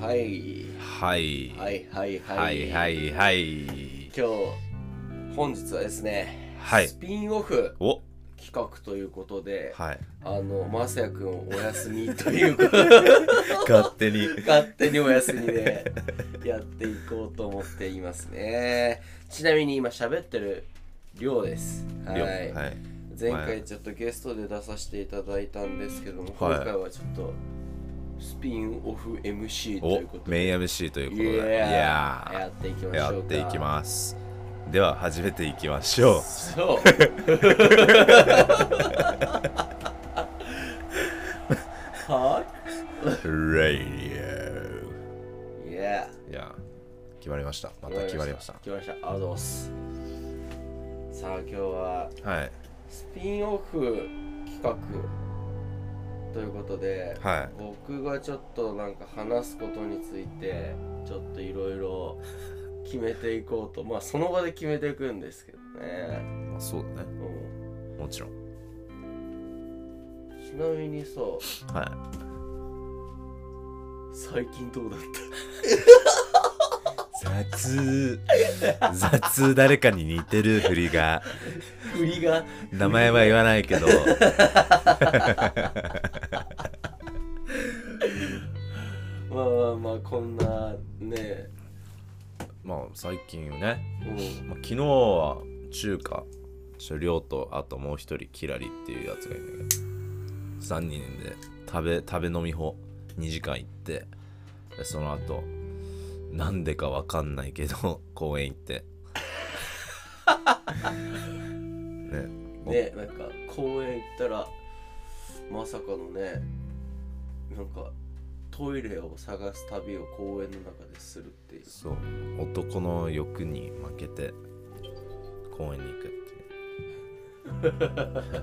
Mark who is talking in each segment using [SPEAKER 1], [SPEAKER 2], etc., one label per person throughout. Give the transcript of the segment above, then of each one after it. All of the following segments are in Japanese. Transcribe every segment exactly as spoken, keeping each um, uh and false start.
[SPEAKER 1] はい
[SPEAKER 2] はい
[SPEAKER 1] はいはい
[SPEAKER 2] は
[SPEAKER 1] はい
[SPEAKER 2] いはいはい
[SPEAKER 1] 今日本日はですね、
[SPEAKER 2] はい、
[SPEAKER 1] スピンオフ
[SPEAKER 2] お
[SPEAKER 1] 企画ということで、
[SPEAKER 2] はい、
[SPEAKER 1] あのまさやくんお休みというか
[SPEAKER 2] 勝手に
[SPEAKER 1] 勝手にお休みでやっていこうと思っていますね。ちなみに今喋ってる量です。はい、
[SPEAKER 2] はい、
[SPEAKER 1] 前回ちょっとゲストで出させていただいたんですけども、はい、今回はちょっとスピンオフ エムシー ということで、
[SPEAKER 2] メイン エムシー ということで、
[SPEAKER 1] いやーやっていきましょうか。
[SPEAKER 2] やっていきます。では始めていきましょう。
[SPEAKER 1] そうは
[SPEAKER 2] レイディ
[SPEAKER 1] いや
[SPEAKER 2] オ。いや決まりました。また決まりました。
[SPEAKER 1] 決まりました。アドース。さあ今日は
[SPEAKER 2] はい
[SPEAKER 1] スピンオフ企画ということで、
[SPEAKER 2] はい、
[SPEAKER 1] 僕がちょっとなんか話すことについてちょっといろいろ決めていこうと、まあその場で決めていくんですけどね。
[SPEAKER 2] まあ、そうだね、
[SPEAKER 1] うん、
[SPEAKER 2] もちろん。
[SPEAKER 1] ちなみにさ、
[SPEAKER 2] はい
[SPEAKER 1] 最近どうだった？
[SPEAKER 2] 雑雑誰かに似てる振りが
[SPEAKER 1] 振りが
[SPEAKER 2] 名前は言わないけど
[SPEAKER 1] まあまあまあこんなね、
[SPEAKER 2] まあ最近ね、
[SPEAKER 1] うん
[SPEAKER 2] まあ、昨日は中華亮とあともう一人キラリっていうやつがいるんだけどさんにんで食べ食べ飲み法にじかん行って、でその後なんでかわかんないけど公園行って
[SPEAKER 1] ねね、なんか公園行ったらまさかのね、なんかトイレを探す旅を公園の中でするっていう。
[SPEAKER 2] そう男の欲に負けて公園に行くっていう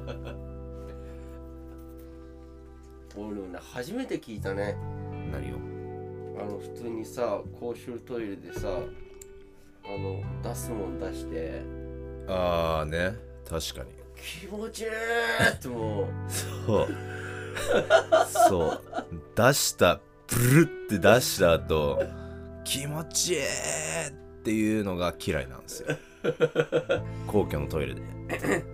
[SPEAKER 1] 俺もね初めて聞いたね。
[SPEAKER 2] 何を？
[SPEAKER 1] あの普通にさ公衆トイレでさ、あの出すもん出して、
[SPEAKER 2] ああね、確かに
[SPEAKER 1] 気持ちいいってもう
[SPEAKER 2] そうそう出したブルって出した後気持ちいいっていうのが嫌いなんですよ公共のトイレで
[SPEAKER 1] ね。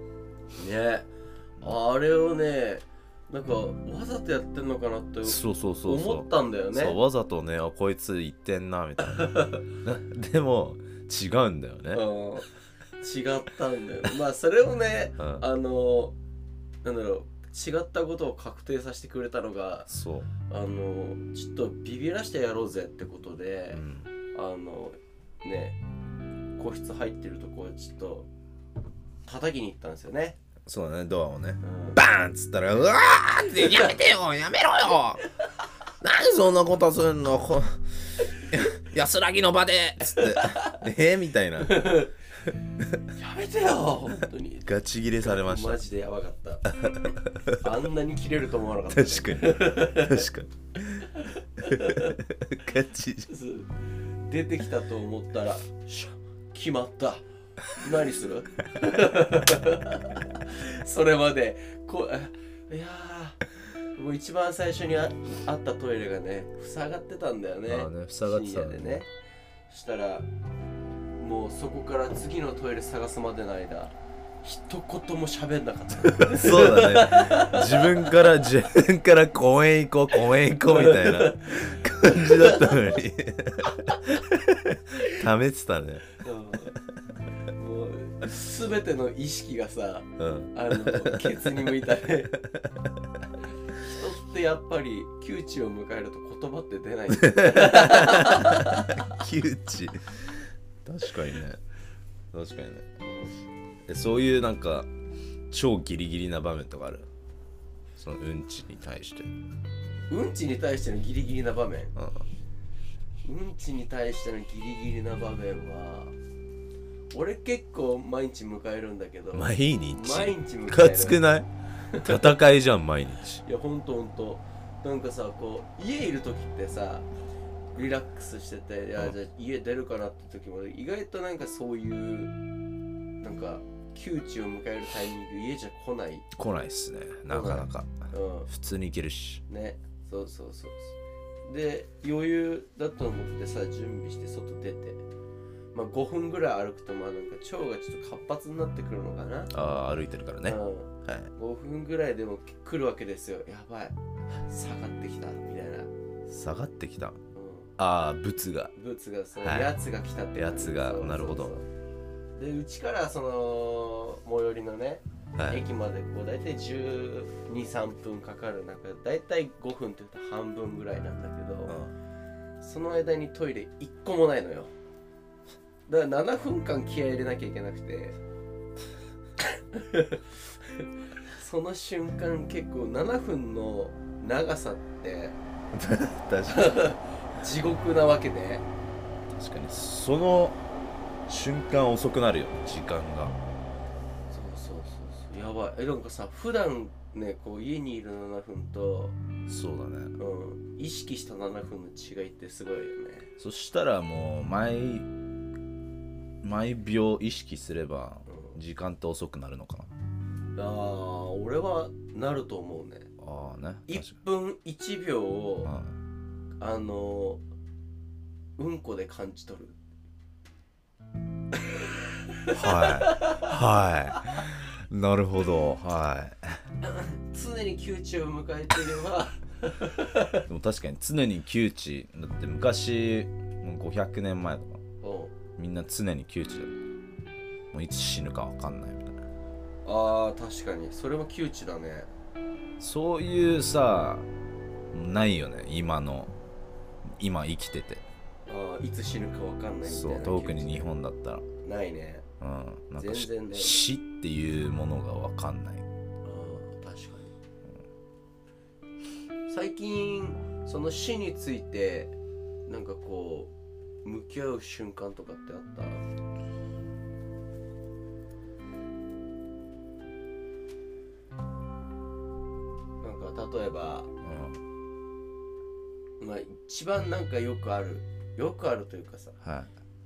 [SPEAKER 1] あれをねなんかわざとやってんのかなって
[SPEAKER 2] そうそうそうそう
[SPEAKER 1] 思ったんだよね。
[SPEAKER 2] そうわざとね、あこいつ言ってんなみたいなでも違うんだよね、
[SPEAKER 1] うん、違ったんだよ。まあそれをね、うん、あのなんだろう違ったことを確定させてくれたのが、
[SPEAKER 2] そう
[SPEAKER 1] あのちょっとビビらしてやろうぜってことで、
[SPEAKER 2] うん、
[SPEAKER 1] あのね個室入ってるとこちょっと叩きに行ったんですよね。
[SPEAKER 2] そうだね、ドアをね、
[SPEAKER 1] うん、
[SPEAKER 2] バーンっつったらうわーってやめてよやめろよなんでそんなことすんの安らぎの場でっつってえー、みたいなや
[SPEAKER 1] めてよ本当に
[SPEAKER 2] ガチギレされました。
[SPEAKER 1] マジでやばかったあんなに切れると思わなかった、ね、
[SPEAKER 2] 確かに確かにガチ
[SPEAKER 1] 出てきたと思ったら決まった何するそれまでこいやもう一番最初に あ, あったトイレがね塞がってたんだよね。
[SPEAKER 2] ああね、塞がってたんだよね。
[SPEAKER 1] そしたらもうそこから次のトイレ探すまでの間一言も喋んなかった
[SPEAKER 2] そうだね、自分から自分から公園行こう公園行こうみたいな感じだったのに溜めてたね、
[SPEAKER 1] うん、もう全ての意識がさ、
[SPEAKER 2] うん、
[SPEAKER 1] あのケツに向いたね人ってやっぱり窮地を迎えると言葉って出ない
[SPEAKER 2] 窮地確かにね確かにね、うん、そういうなんか超ギリギリな場面とかある？そのうんちに対して
[SPEAKER 1] うんちに対してのギリギリな場面、
[SPEAKER 2] うん、
[SPEAKER 1] うんちに対してのギリギリな場面は俺結構毎日迎えるんだけど
[SPEAKER 2] 毎日
[SPEAKER 1] 毎日迎える
[SPEAKER 2] ムカつくない？戦いじゃん毎日
[SPEAKER 1] いやほんとほんとなんかさこう家いる時ってさリラックスしてて、いやじゃあ家出るかなって時も意外となんかそういうなんか窮地を迎えるタイミング家じゃ来ない
[SPEAKER 2] 来ないっすねなかなか、
[SPEAKER 1] うん、
[SPEAKER 2] 普通に行けるし
[SPEAKER 1] ねそうそうそうで余裕だと思ってさ準備して外出て、まあごふんぐらい歩くとまあなんか腸がちょっと活発になってくるのかな。
[SPEAKER 2] ああ歩いてるからね、
[SPEAKER 1] うん、
[SPEAKER 2] はい、
[SPEAKER 1] ごふんぐらいでも来るわけですよ。やばい下がってきたみたいな、
[SPEAKER 2] 下がってきた、
[SPEAKER 1] うん、
[SPEAKER 2] ああ物が
[SPEAKER 1] ブーツがそう、
[SPEAKER 2] はい、
[SPEAKER 1] やつが来たって
[SPEAKER 2] やつが
[SPEAKER 1] そう
[SPEAKER 2] なるほど。
[SPEAKER 1] そうそうでうちからその最寄りのね、
[SPEAKER 2] はい、
[SPEAKER 1] 駅までこう大体じゅうに、さんぷんかかる中大体ごふんって言うと半分ぐらいなんだけど、
[SPEAKER 2] うん、
[SPEAKER 1] その間にトイレいっこもないのよ。だからななふんかん気合い入れなきゃいけなくてその瞬間結構ななふんの長さって
[SPEAKER 2] 確かに
[SPEAKER 1] 地獄なわけで、
[SPEAKER 2] 確かにその瞬間遅くなるよ時間が。
[SPEAKER 1] そうそうそうそうやばい。えなんかさ普段ねこう家にいるななふんと
[SPEAKER 2] そうだね、
[SPEAKER 1] うん、意識したななふんの違いってすごいよね。
[SPEAKER 2] そしたらもう毎毎秒意識すれば時間って遅くなるのか
[SPEAKER 1] な、うん、ああ俺はなると思うね。
[SPEAKER 2] ああね、
[SPEAKER 1] いっぷんいちびょうを
[SPEAKER 2] うん、
[SPEAKER 1] あのうんこで感じ取る。
[SPEAKER 2] はいはいなるほど、はい
[SPEAKER 1] 常に窮地を迎えていれば
[SPEAKER 2] でも確かに常に窮地だって昔もうごひゃくねんまえとかみんな常に窮地だよ。もういつ死ぬか分かんないみたいな。
[SPEAKER 1] あー確かにそれも窮地だね。
[SPEAKER 2] そういうさないよね今の今生きてて。
[SPEAKER 1] あーいつ死ぬか分かんないみたいな。
[SPEAKER 2] そう特に日本だったら
[SPEAKER 1] ないね。
[SPEAKER 2] うんなんか
[SPEAKER 1] 全然ね
[SPEAKER 2] 死っていうものが分かんない。
[SPEAKER 1] あ確かに、うん、最近その死についてなんかこう向き合う瞬間とかってあった？なんか例えば、うん、まあ一番なんかよくあるよくあるというかさ、
[SPEAKER 2] はい、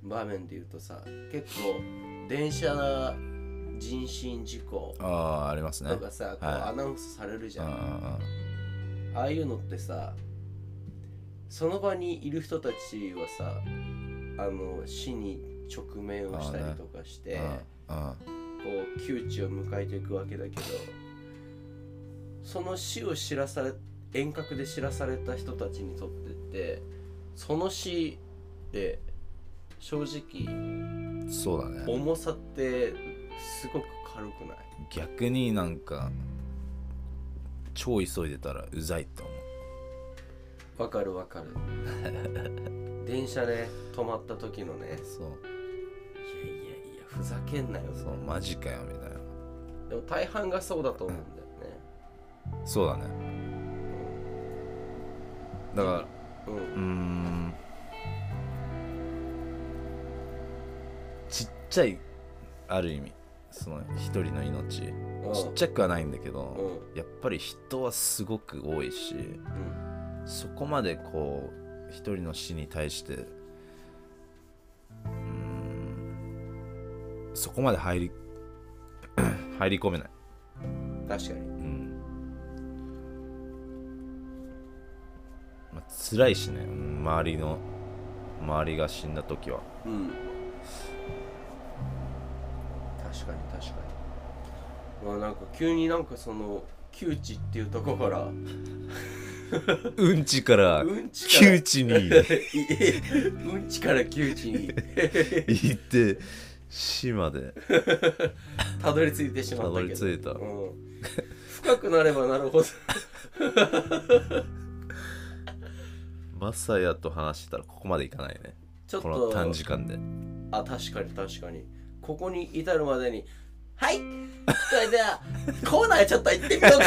[SPEAKER 1] 場面で言うとさ結構電車人身事故
[SPEAKER 2] ああありますね
[SPEAKER 1] とかさ、こう
[SPEAKER 2] はい、
[SPEAKER 1] アナウンスされるじゃん、
[SPEAKER 2] うんうんうん、
[SPEAKER 1] ああいうのってさその場にいる人たちはさあの死に直面をしたりとかして、ねうんうん、こう窮地を迎えていくわけだけどその死を知らされ遠隔で知らされた人たちにとってってその死で正直
[SPEAKER 2] そうだね
[SPEAKER 1] 重さってすごく軽くない？
[SPEAKER 2] 逆になんか超急いでたらうざいって思う。
[SPEAKER 1] わかるわかる電車ね止まった時のね
[SPEAKER 2] そう
[SPEAKER 1] いやいやいやふざけんなよ
[SPEAKER 2] そうマジかよみたいな。
[SPEAKER 1] でも大半がそうだと思うんだよね、
[SPEAKER 2] うん、そうだね、うん、だから
[SPEAKER 1] うん、
[SPEAKER 2] うーんちっちゃいある意味その一人の命、うん、ちっちゃくはないんだけど、うん、やっぱり人はすごく多いし、うん、そこまでこう一人の死に対してうーんそこまで入り入り込めない。
[SPEAKER 1] 確かに、
[SPEAKER 2] うんまあ、辛いしね周りの周りが死んだ時は、
[SPEAKER 1] うん確かに確かに。まあなんか急になんかその窮地っていうところから
[SPEAKER 2] うんちから窮地に
[SPEAKER 1] うんちから窮地に
[SPEAKER 2] 行って死まで
[SPEAKER 1] たどり着いてしまったけど
[SPEAKER 2] たどり着いた、うん、
[SPEAKER 1] 深くなればなるほど
[SPEAKER 2] マサヤと話してたらここまでいかないね
[SPEAKER 1] ちょっと
[SPEAKER 2] この短時間で。
[SPEAKER 1] あ確かに確かにここに至るまでにはいそれではコーナーちょっと行ってみようか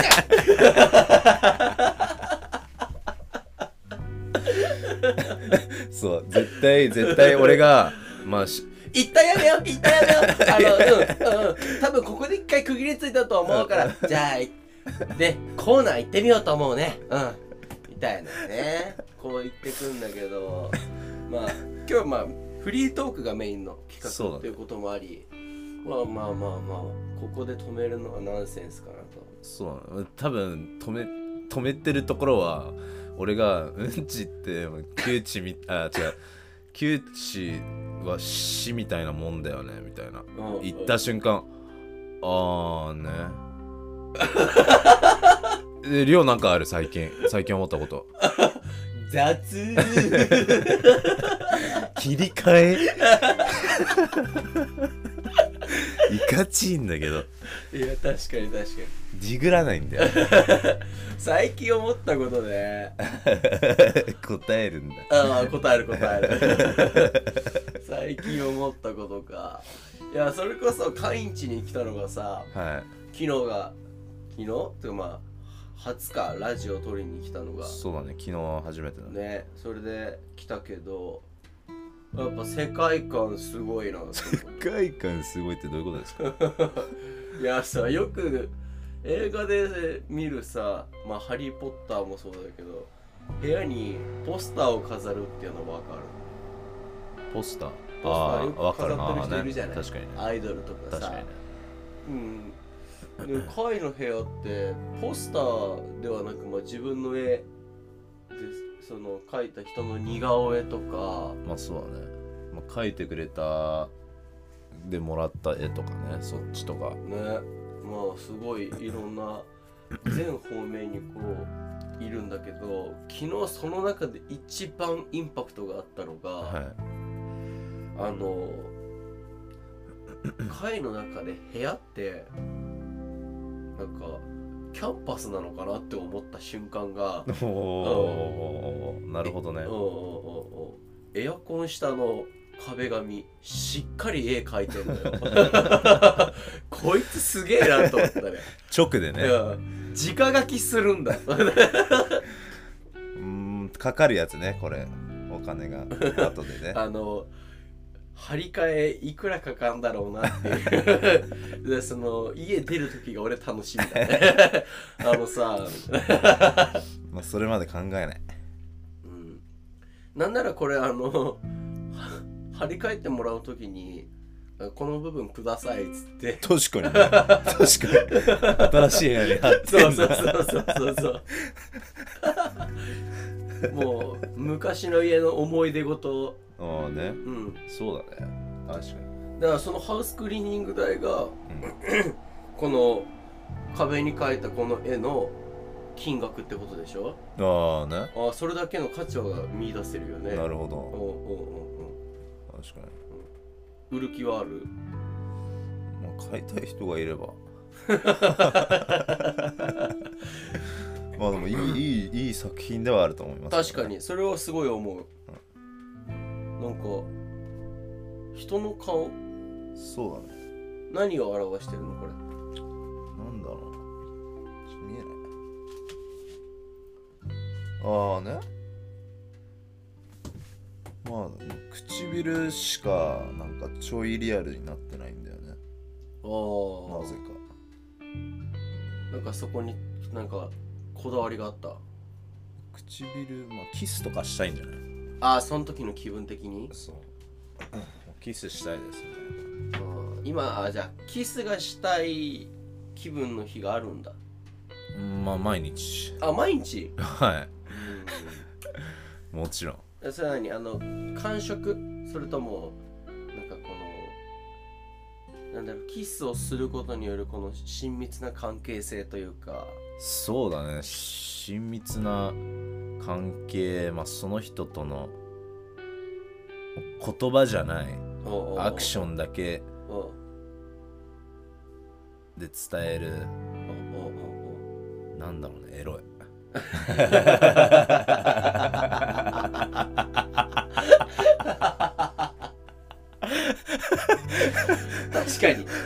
[SPEAKER 2] そう絶対絶対俺がまあし
[SPEAKER 1] 一旦やめよう一旦やめようあのうんうん多分ここで一回区切りついたと思うからじゃあでコーナー行ってみようと思うねうんみたいなねこう言ってくんだけどまあ今日まあフリートークがメインの企画ということもあり、まあまあまあまあここで止めるのはナンセンスかなと。
[SPEAKER 2] そう多分止め止めてるところは俺がうんちって窮地みあ違う窮地は死みたいなもんだよねみたいな言った瞬間、あーねでりょうなんかある最近最近思ったこと
[SPEAKER 1] 雑
[SPEAKER 2] 切り替えいかちいんだけど、
[SPEAKER 1] いや確かに確かに
[SPEAKER 2] ディグらないんだよ
[SPEAKER 1] 最近思ったことで
[SPEAKER 2] 答えるんだ。
[SPEAKER 1] ああ答える答える最近思ったことか。いやそれこそカインチに来たのがさ、
[SPEAKER 2] はい、
[SPEAKER 1] 昨日が昨日ってかまあはつかラジオ撮りに来たのが
[SPEAKER 2] そうだね、昨日初めてだね。
[SPEAKER 1] ね、それで来たけどやっぱ世界観すごいな。
[SPEAKER 2] 世界観すごいってどういうことですか
[SPEAKER 1] いやさ、よく映画で見るさ、まあハリーポッターもそうだけど部屋にポスターを飾るっていうの分かる？
[SPEAKER 2] ポスター
[SPEAKER 1] ポスターよく飾ってる人いるじゃない、
[SPEAKER 2] あ、確かにね、
[SPEAKER 1] アイドルとかさ。
[SPEAKER 2] 確かにね。
[SPEAKER 1] うんでカイの部屋ってポスターではなく、まあ、自分の絵でその描いた人の似顔絵とか、
[SPEAKER 2] まあそうだね、まあ、描いてくれたでもらった絵とかね、そっちとか
[SPEAKER 1] ね、まあすごいいろんな全方面にこういるんだけど、昨日その中で一番インパクトがあったのが、
[SPEAKER 2] はい、
[SPEAKER 1] あの会の中で部屋ってなんかキャンパスなのかなって思った瞬間が
[SPEAKER 2] おお、なるほどね。
[SPEAKER 1] おおおエアコン下の壁紙しっかり絵描いてんのよこいつすげえなと思ったね。
[SPEAKER 2] 直でね、
[SPEAKER 1] 直書きするんだ
[SPEAKER 2] うーん、かかるやつね、これお金が後でね
[SPEAKER 1] あの張り替えいくらかかんだろうなっていうでその家出る時が俺楽しみだねあのさ
[SPEAKER 2] まあそれまで考えない、
[SPEAKER 1] うん、なんならこれあの張り替えてもらう時にこの部分くださいっつって
[SPEAKER 2] 確かにね確かに新しい部屋に貼ってんだ。
[SPEAKER 1] そうそうそうそうそうそうもう昔の家の思い出ごと。
[SPEAKER 2] ああね、
[SPEAKER 1] うん、
[SPEAKER 2] そうだね、確かに。
[SPEAKER 1] だからそのハウスクリーニング代が、
[SPEAKER 2] うん、
[SPEAKER 1] この壁に描いたこの絵の金額ってことでしょ。
[SPEAKER 2] ああね、
[SPEAKER 1] ああ、それだけの価値は見出せるよね。
[SPEAKER 2] なるほど。
[SPEAKER 1] おうおうおうおう、
[SPEAKER 2] 確か
[SPEAKER 1] に売る気はある？
[SPEAKER 2] まあ買いたい人がいればまあでもいいいいいい作品ではあると思います、ね、
[SPEAKER 1] 確かにそれはすごい思う、うん、なんか人の顔、
[SPEAKER 2] そうだね、
[SPEAKER 1] 何を表してるのこれ。
[SPEAKER 2] なんだろう、ちょっと見えない。ああね、まあ唇しかなんかちょいリアルになってないんだよね。
[SPEAKER 1] ああ、
[SPEAKER 2] なぜか
[SPEAKER 1] なんかそこになんかこだわりがあった。
[SPEAKER 2] 唇、まあキスとかしたいんじゃない？
[SPEAKER 1] ああ、その時の気分的に。
[SPEAKER 2] そうキスしたいですね。
[SPEAKER 1] 今あじゃあキスがしたい気分の日があるんだ。
[SPEAKER 2] まあ毎日。
[SPEAKER 1] あ、毎日
[SPEAKER 2] はい、もちろん。
[SPEAKER 1] それは何、あの感触、それともなんかこのなんだろう、キスをすることによるこの親密な関係性というか。
[SPEAKER 2] そうだね、親密な関係、まあその人との言葉じゃないアクションだけで伝える、なんだろうね、エロい
[SPEAKER 1] 確かに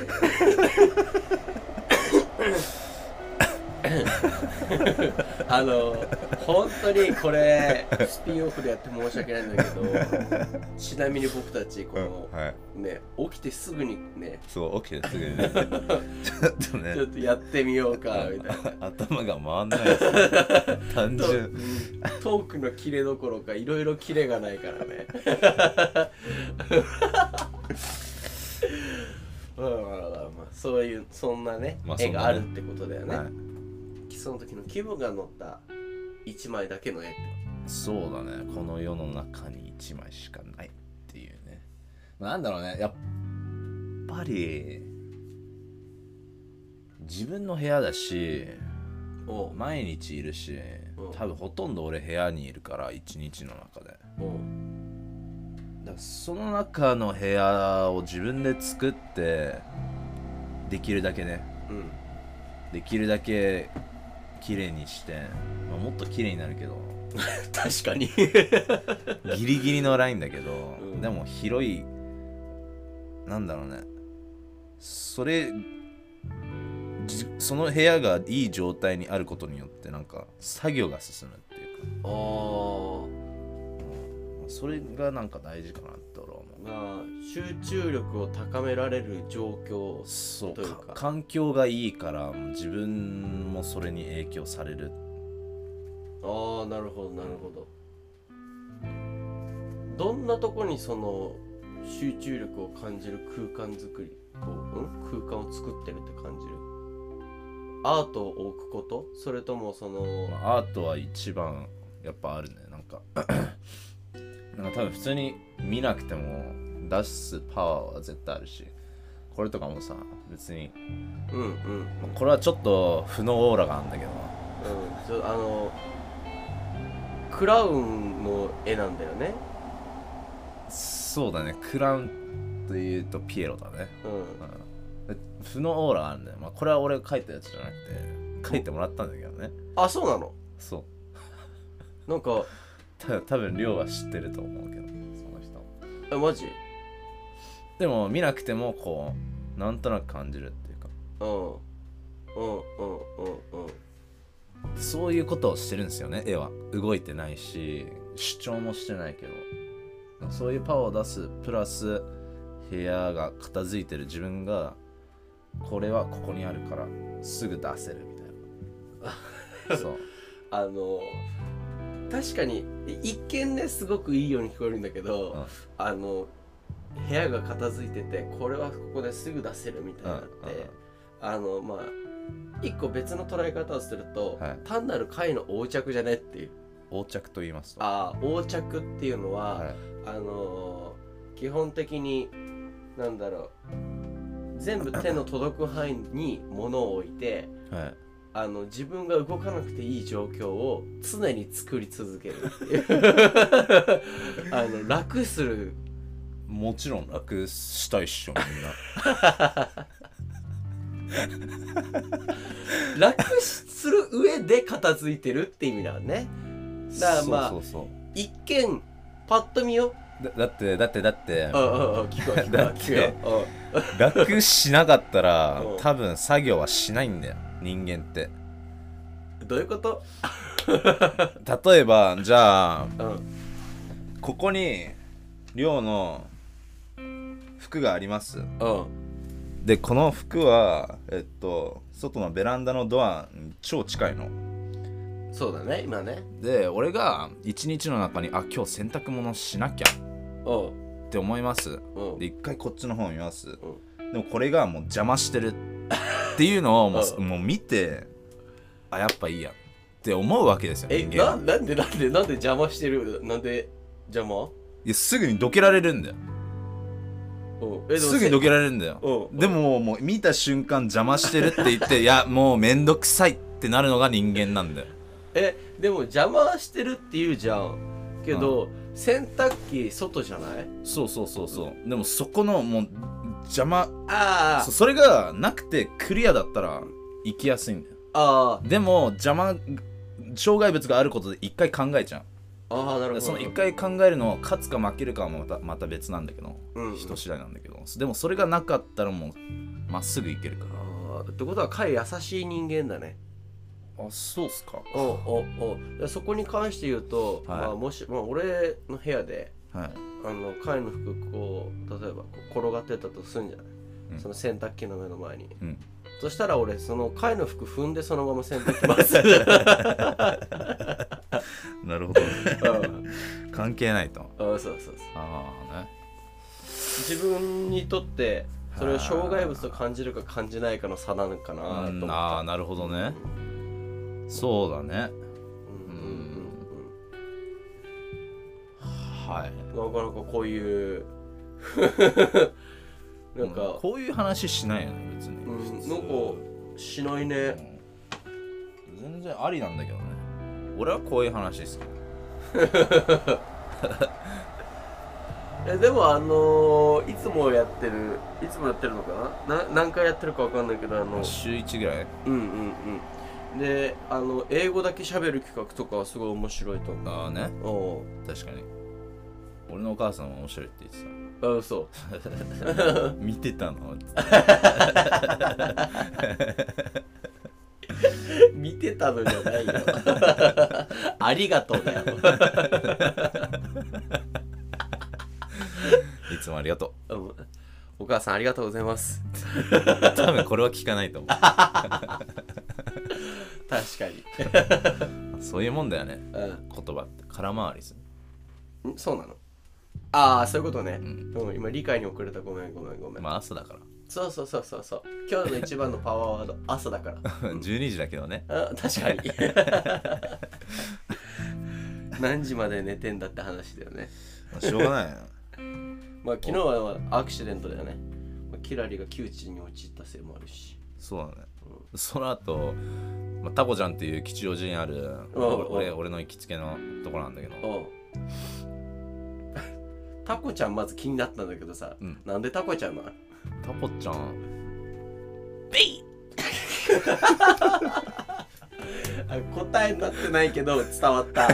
[SPEAKER 1] あの本当にこれスピンオフでやって申し訳ないんだけどちなみに僕たちこの、
[SPEAKER 2] はい、
[SPEAKER 1] ね、起きてすぐにね、
[SPEAKER 2] そう起きてすぐにねちょっとね
[SPEAKER 1] ちょっとやってみようかみたいな
[SPEAKER 2] 頭が回んないです単純
[SPEAKER 1] トークのキレどころかいろいろキレがないからねまあまあまあ、そういうそんなね、まあ、絵があるってことだよね、はい、その時の気分が乗ったいちまいだけの絵って
[SPEAKER 2] そうだね、この世の中にいちまいしかないっていうね。なんだろうね、やっぱり自分の部屋だし
[SPEAKER 1] お
[SPEAKER 2] 毎日いるし、多分ほとんど俺部屋にいるから一日の中で、
[SPEAKER 1] お
[SPEAKER 2] だからその中の部屋を自分で作ってできるだけね、
[SPEAKER 1] うん
[SPEAKER 2] できるだけ綺麗にして、まあ、もっと綺麗になるけど
[SPEAKER 1] 確かに
[SPEAKER 2] ギリギリのラインだけど、
[SPEAKER 1] うん、
[SPEAKER 2] でも広い、なんだろうね、それその部屋がいい状態にあることによってなんか作業が進むっていうか、
[SPEAKER 1] ああ、
[SPEAKER 2] それがなんか大事かなって俺は思う。
[SPEAKER 1] まあ集中力を高められる状況
[SPEAKER 2] そう
[SPEAKER 1] というか、
[SPEAKER 2] か環境がいいから自分もそれに影響される。
[SPEAKER 1] ああ、なるほどなるほど。どんなとこにその集中力を感じる空間作りを、ん、空間を作ってるって感じる？アートを置くこと？それともその
[SPEAKER 2] アートは一番やっぱあるね。なんかなんか多分普通に見なくても出すパワーは絶対あるし、これとかもさ別に、
[SPEAKER 1] うんうん、
[SPEAKER 2] これはちょっと負のオーラがあるんだけど、
[SPEAKER 1] うん、ちょあのクラウンの絵なんだよね。
[SPEAKER 2] そうだね、クラウンというとピエロだね、
[SPEAKER 1] うん、
[SPEAKER 2] うん、負のオーラがあるんだよ。まあこれは俺が描いたやつじゃなくて描いてもらったんだけどね。
[SPEAKER 1] あ、そうなの？
[SPEAKER 2] そう
[SPEAKER 1] なんか
[SPEAKER 2] た多分亮は知ってると思うけど、その人。
[SPEAKER 1] え、マジ？
[SPEAKER 2] でも見なくてもこうなんとなく感じるっていうか、
[SPEAKER 1] うんうんうんうんうん、
[SPEAKER 2] そういうことをしてるんですよね。絵は動いてないし主張もしてないけど、そういうパワーを出すプラス部屋が片付いてる自分がこれはここにあるからすぐ出せるみたいなそう
[SPEAKER 1] あの確かに一見ねすごくいいように聞こえるんだけど、うん、あの部屋が片付いててこれはここですぐ出せるみたいなって、うんうん、あのまあ一個別の捉え方をすると、はい、単なる貝の横着じゃねっていう。
[SPEAKER 2] 横着と言いますと、
[SPEAKER 1] ああ、横着っていうのは、はい、あのー、基本的になんだろう、全部手の届く範囲に物を置いて、はい、あの自分が動かなくていい状況を常に作り続けるっていうあの楽する。
[SPEAKER 2] もちろん楽したいっしょみん
[SPEAKER 1] な楽する上で片付いてるって意味だね。だからまあ
[SPEAKER 2] そうそうそう、
[SPEAKER 1] 一見パッと見よ、
[SPEAKER 2] だ, だってだってだって
[SPEAKER 1] あああ聞こう聞こう
[SPEAKER 2] だって楽しなかったら多分作業はしないんだよ人間って。
[SPEAKER 1] どういうこと？
[SPEAKER 2] 例えばじゃあ、うん、ここに亮の服があります、うん、でこの服はえっと外のベランダのドアに超近いの。
[SPEAKER 1] そうだね今ね。
[SPEAKER 2] で俺が一日の中にあ今日洗濯物しなきゃって思います。で一回こっちの方見ます。でもこれがもう邪魔してるっていうのをもう、もう見てあやっぱいいやって思うわけですよ。
[SPEAKER 1] えななんでなんでなんで邪魔してる？なんで邪魔？
[SPEAKER 2] いやすぐにどけられるんだよ。えすぐにどけられるんだよ。でももう見た瞬間邪魔してるって言っていやもうめんどくさいってなるのが人間なんだよ。
[SPEAKER 1] えでも邪魔してるって言うじゃんけど、うん、洗濯機外じゃない？
[SPEAKER 2] そうそうそうそう、うん、でもそこのもう邪魔、
[SPEAKER 1] ああ
[SPEAKER 2] そ, それがなくてクリアだったら行きやすいんだよ。あでも邪魔障害物があることで一回考えちゃう。
[SPEAKER 1] ああなるほど。
[SPEAKER 2] その一回考えるのは勝つか負けるかはまたまた別なんだけど、うん、人次第なんだけど、でもそれがなかったらもうまっすぐ行けるから。
[SPEAKER 1] あってことは彼優しい人間だね。
[SPEAKER 2] あそうっすか。
[SPEAKER 1] おおおそこに関して言うと、はい、まあ、もし、まあ、俺の部屋で、はい、あの彼の服こう例えばこう転がってたとするんじゃない、うん、その洗濯機の目の前に、うん、そしたら俺その貝の服踏んでそのまま洗濯機回す
[SPEAKER 2] なるほど、ね、関係ないと。
[SPEAKER 1] あそうそうそう。
[SPEAKER 2] ああね、
[SPEAKER 1] 自分にとってそれを障害物と感じるか感じないかの差なのかなと思った。
[SPEAKER 2] ああなるほどね、うん、そうだね、
[SPEAKER 1] うん
[SPEAKER 2] はい。
[SPEAKER 1] なかなかこういうなんか、
[SPEAKER 2] うん、こういう話しないよね別に、
[SPEAKER 1] うん、なんかしないね、
[SPEAKER 2] うん、全然ありなんだけどね。俺はこういう話好き
[SPEAKER 1] えでもあのー、いつもやってるいつもやってるのかな、な何回やってるかわかんないけど、あの
[SPEAKER 2] 週いちぐらい。
[SPEAKER 1] うんうんうんで、あの英語だけ喋る企画とかはすごい面白いと思う。
[SPEAKER 2] ああね、
[SPEAKER 1] お
[SPEAKER 2] 確かに俺のお母さんも面白いって言って
[SPEAKER 1] あ嘘
[SPEAKER 2] た見てたの
[SPEAKER 1] 見てたのじゃないよありがとうだよ
[SPEAKER 2] いつもありがと
[SPEAKER 1] う、うん、お母さんありがとうございます
[SPEAKER 2] 多分これは聞かないと思う
[SPEAKER 1] 確か
[SPEAKER 2] にそういうもんだよね、
[SPEAKER 1] うん、
[SPEAKER 2] 言葉って空回りす
[SPEAKER 1] る。んそうなの。ああそういうことね、
[SPEAKER 2] うん
[SPEAKER 1] うん、今理解に遅れた。ごめんごめんごめん。
[SPEAKER 2] まあ朝だから
[SPEAKER 1] そうそうそうそうそう。今日の一番のパワーワード朝だから
[SPEAKER 2] じゅうにじだけどね。
[SPEAKER 1] あ確かに何時まで寝てんだって話だよね。
[SPEAKER 2] しょうがないな
[SPEAKER 1] まあ昨日はアクシデントだよね。キラリが窮地に陥ったせいもあるし。
[SPEAKER 2] そうだね、うん、その後、まあ、タコちゃんっていう吉祥寺にある俺, 俺の行きつけのところなんだけど、
[SPEAKER 1] タコちゃんまず気になったんだけどさ、うん、なんでタコちゃんなの？
[SPEAKER 2] タコちゃん
[SPEAKER 1] ベイ答えになってないけど伝わった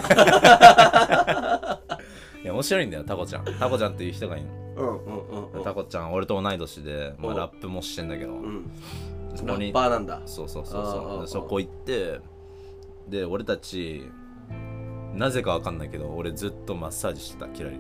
[SPEAKER 2] いや面白いんだよタコちゃん。タコちゃんっていう人がいるの。
[SPEAKER 1] うんうんうん、うん、
[SPEAKER 2] タコちゃん俺と同い年で、まあ、ラップもしてんだけど、うん、そこに
[SPEAKER 1] ラッパーなんだ。
[SPEAKER 2] そうそうそうそう。そこ行ってで俺たちなぜかわかんないけど俺ずっとマッサージしてた。キラリ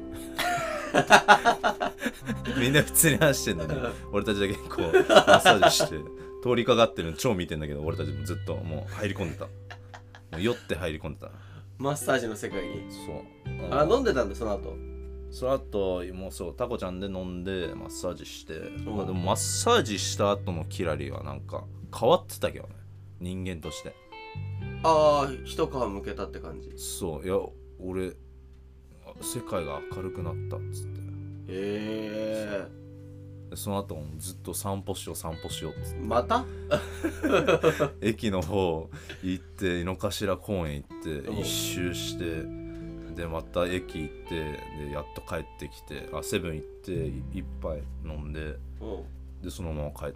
[SPEAKER 2] みんな普通に話してんのに俺たちだけこうマッサージして通りかかってるの超見てんだけど俺たちもずっともう入り込んでた。もう酔って入り込んでた。
[SPEAKER 1] マッサージの世界に。
[SPEAKER 2] そう。
[SPEAKER 1] あ飲んでたんだその後。
[SPEAKER 2] その後もうそうタコちゃんで飲んでマッサージして、まあ、でもマッサージした後のキラリはなんか変わってたけどね人間として。
[SPEAKER 1] ああ一皮むけたって感じ。
[SPEAKER 2] そういや俺世界が明るくなったっつって。
[SPEAKER 1] へえ。
[SPEAKER 2] その後もずっと散歩しよう散歩しようっつって
[SPEAKER 1] また
[SPEAKER 2] 駅の方行って井の頭公園行って一周してでまた駅行ってでやっと帰ってきてあセブン行って一杯飲んででそのまま帰った。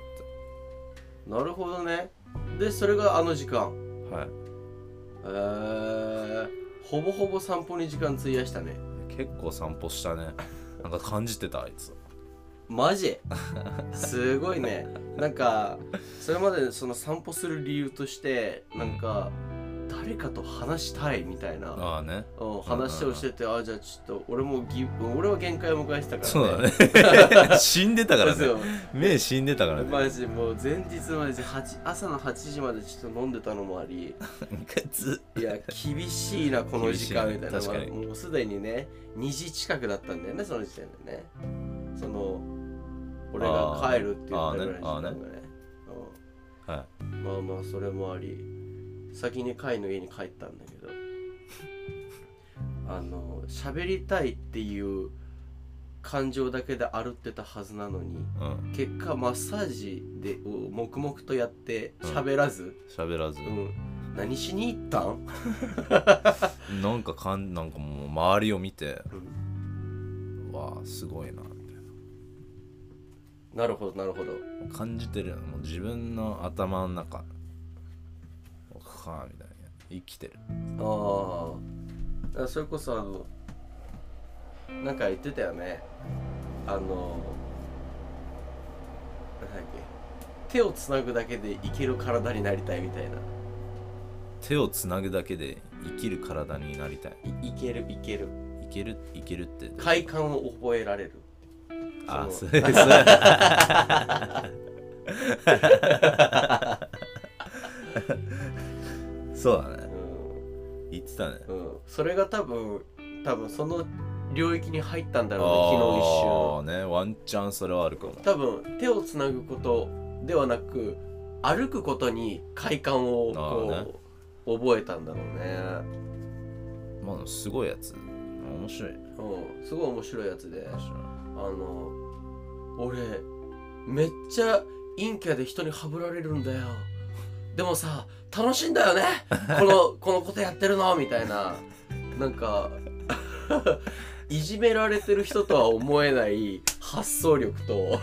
[SPEAKER 1] なるほどね。でそれがあの時間。
[SPEAKER 2] はい。
[SPEAKER 1] えー、ほぼほぼ散歩に時間費やしたね。
[SPEAKER 2] 結構散歩したね。なんか感じてたあいつ。
[SPEAKER 1] マジすごいね。なんかそれまでその散歩する理由としてなんか誰かと話したいみたいな、
[SPEAKER 2] ああね、
[SPEAKER 1] うん、話をしてて、ああじゃあちょっと俺もぎ俺は限界を迎えてたからね。
[SPEAKER 2] そうだね死んでたからね目死んでたからね
[SPEAKER 1] マジもう前日まで朝のはちじまでちょっと飲んでたのもありいや厳しいなこの時間みたいな、
[SPEAKER 2] 確かに、
[SPEAKER 1] まあ、もうすでにねにじ近くだったんだよねその時点でね。その俺が帰るって言ったぐらいの時間がね、うん、はい、まあまあそれもあり先にカイの家に帰ったんだけどあの喋りたいっていう感情だけで歩ってたはずなのに、うん、結果マッサージで黙々とやって喋らず
[SPEAKER 2] 喋、うん、らず、うん、
[SPEAKER 1] 何しに行ったん
[SPEAKER 2] なんかかんなんかもう周りを見て、うん、わあすごいなみたい
[SPEAKER 1] な。なるほどなるほど
[SPEAKER 2] 感じてる。もう自分の頭の中はあみたいな生きてる。
[SPEAKER 1] ああそれこそあのなんか言ってたよね。あのなんだっけ手をつなぐだけで生きる体になりたいみたいな。
[SPEAKER 2] 手をつなぐだけで生きる体になりたい。
[SPEAKER 1] い, いけるいける
[SPEAKER 2] いけるいけるって
[SPEAKER 1] 快感を覚えられる。
[SPEAKER 2] ああそれそれそうだね、うん、言ってたね、
[SPEAKER 1] うん、それが多分多分その領域に入ったんだろうね昨日一瞬。
[SPEAKER 2] ああねワンチャンそれはあるかも。
[SPEAKER 1] 多分手をつなぐことではなく歩くことに快感をこう、ね、覚えたんだろうね。
[SPEAKER 2] まあすごいやつ面白い。
[SPEAKER 1] うん、すごい面白いやつで、
[SPEAKER 2] 面白い。
[SPEAKER 1] あの俺めっちゃ陰キャで人にハブられるんだよ、でもさ楽しいんだよねこのこのことやってるのみたいな、なんかいじめられてる人とは思えない発想力と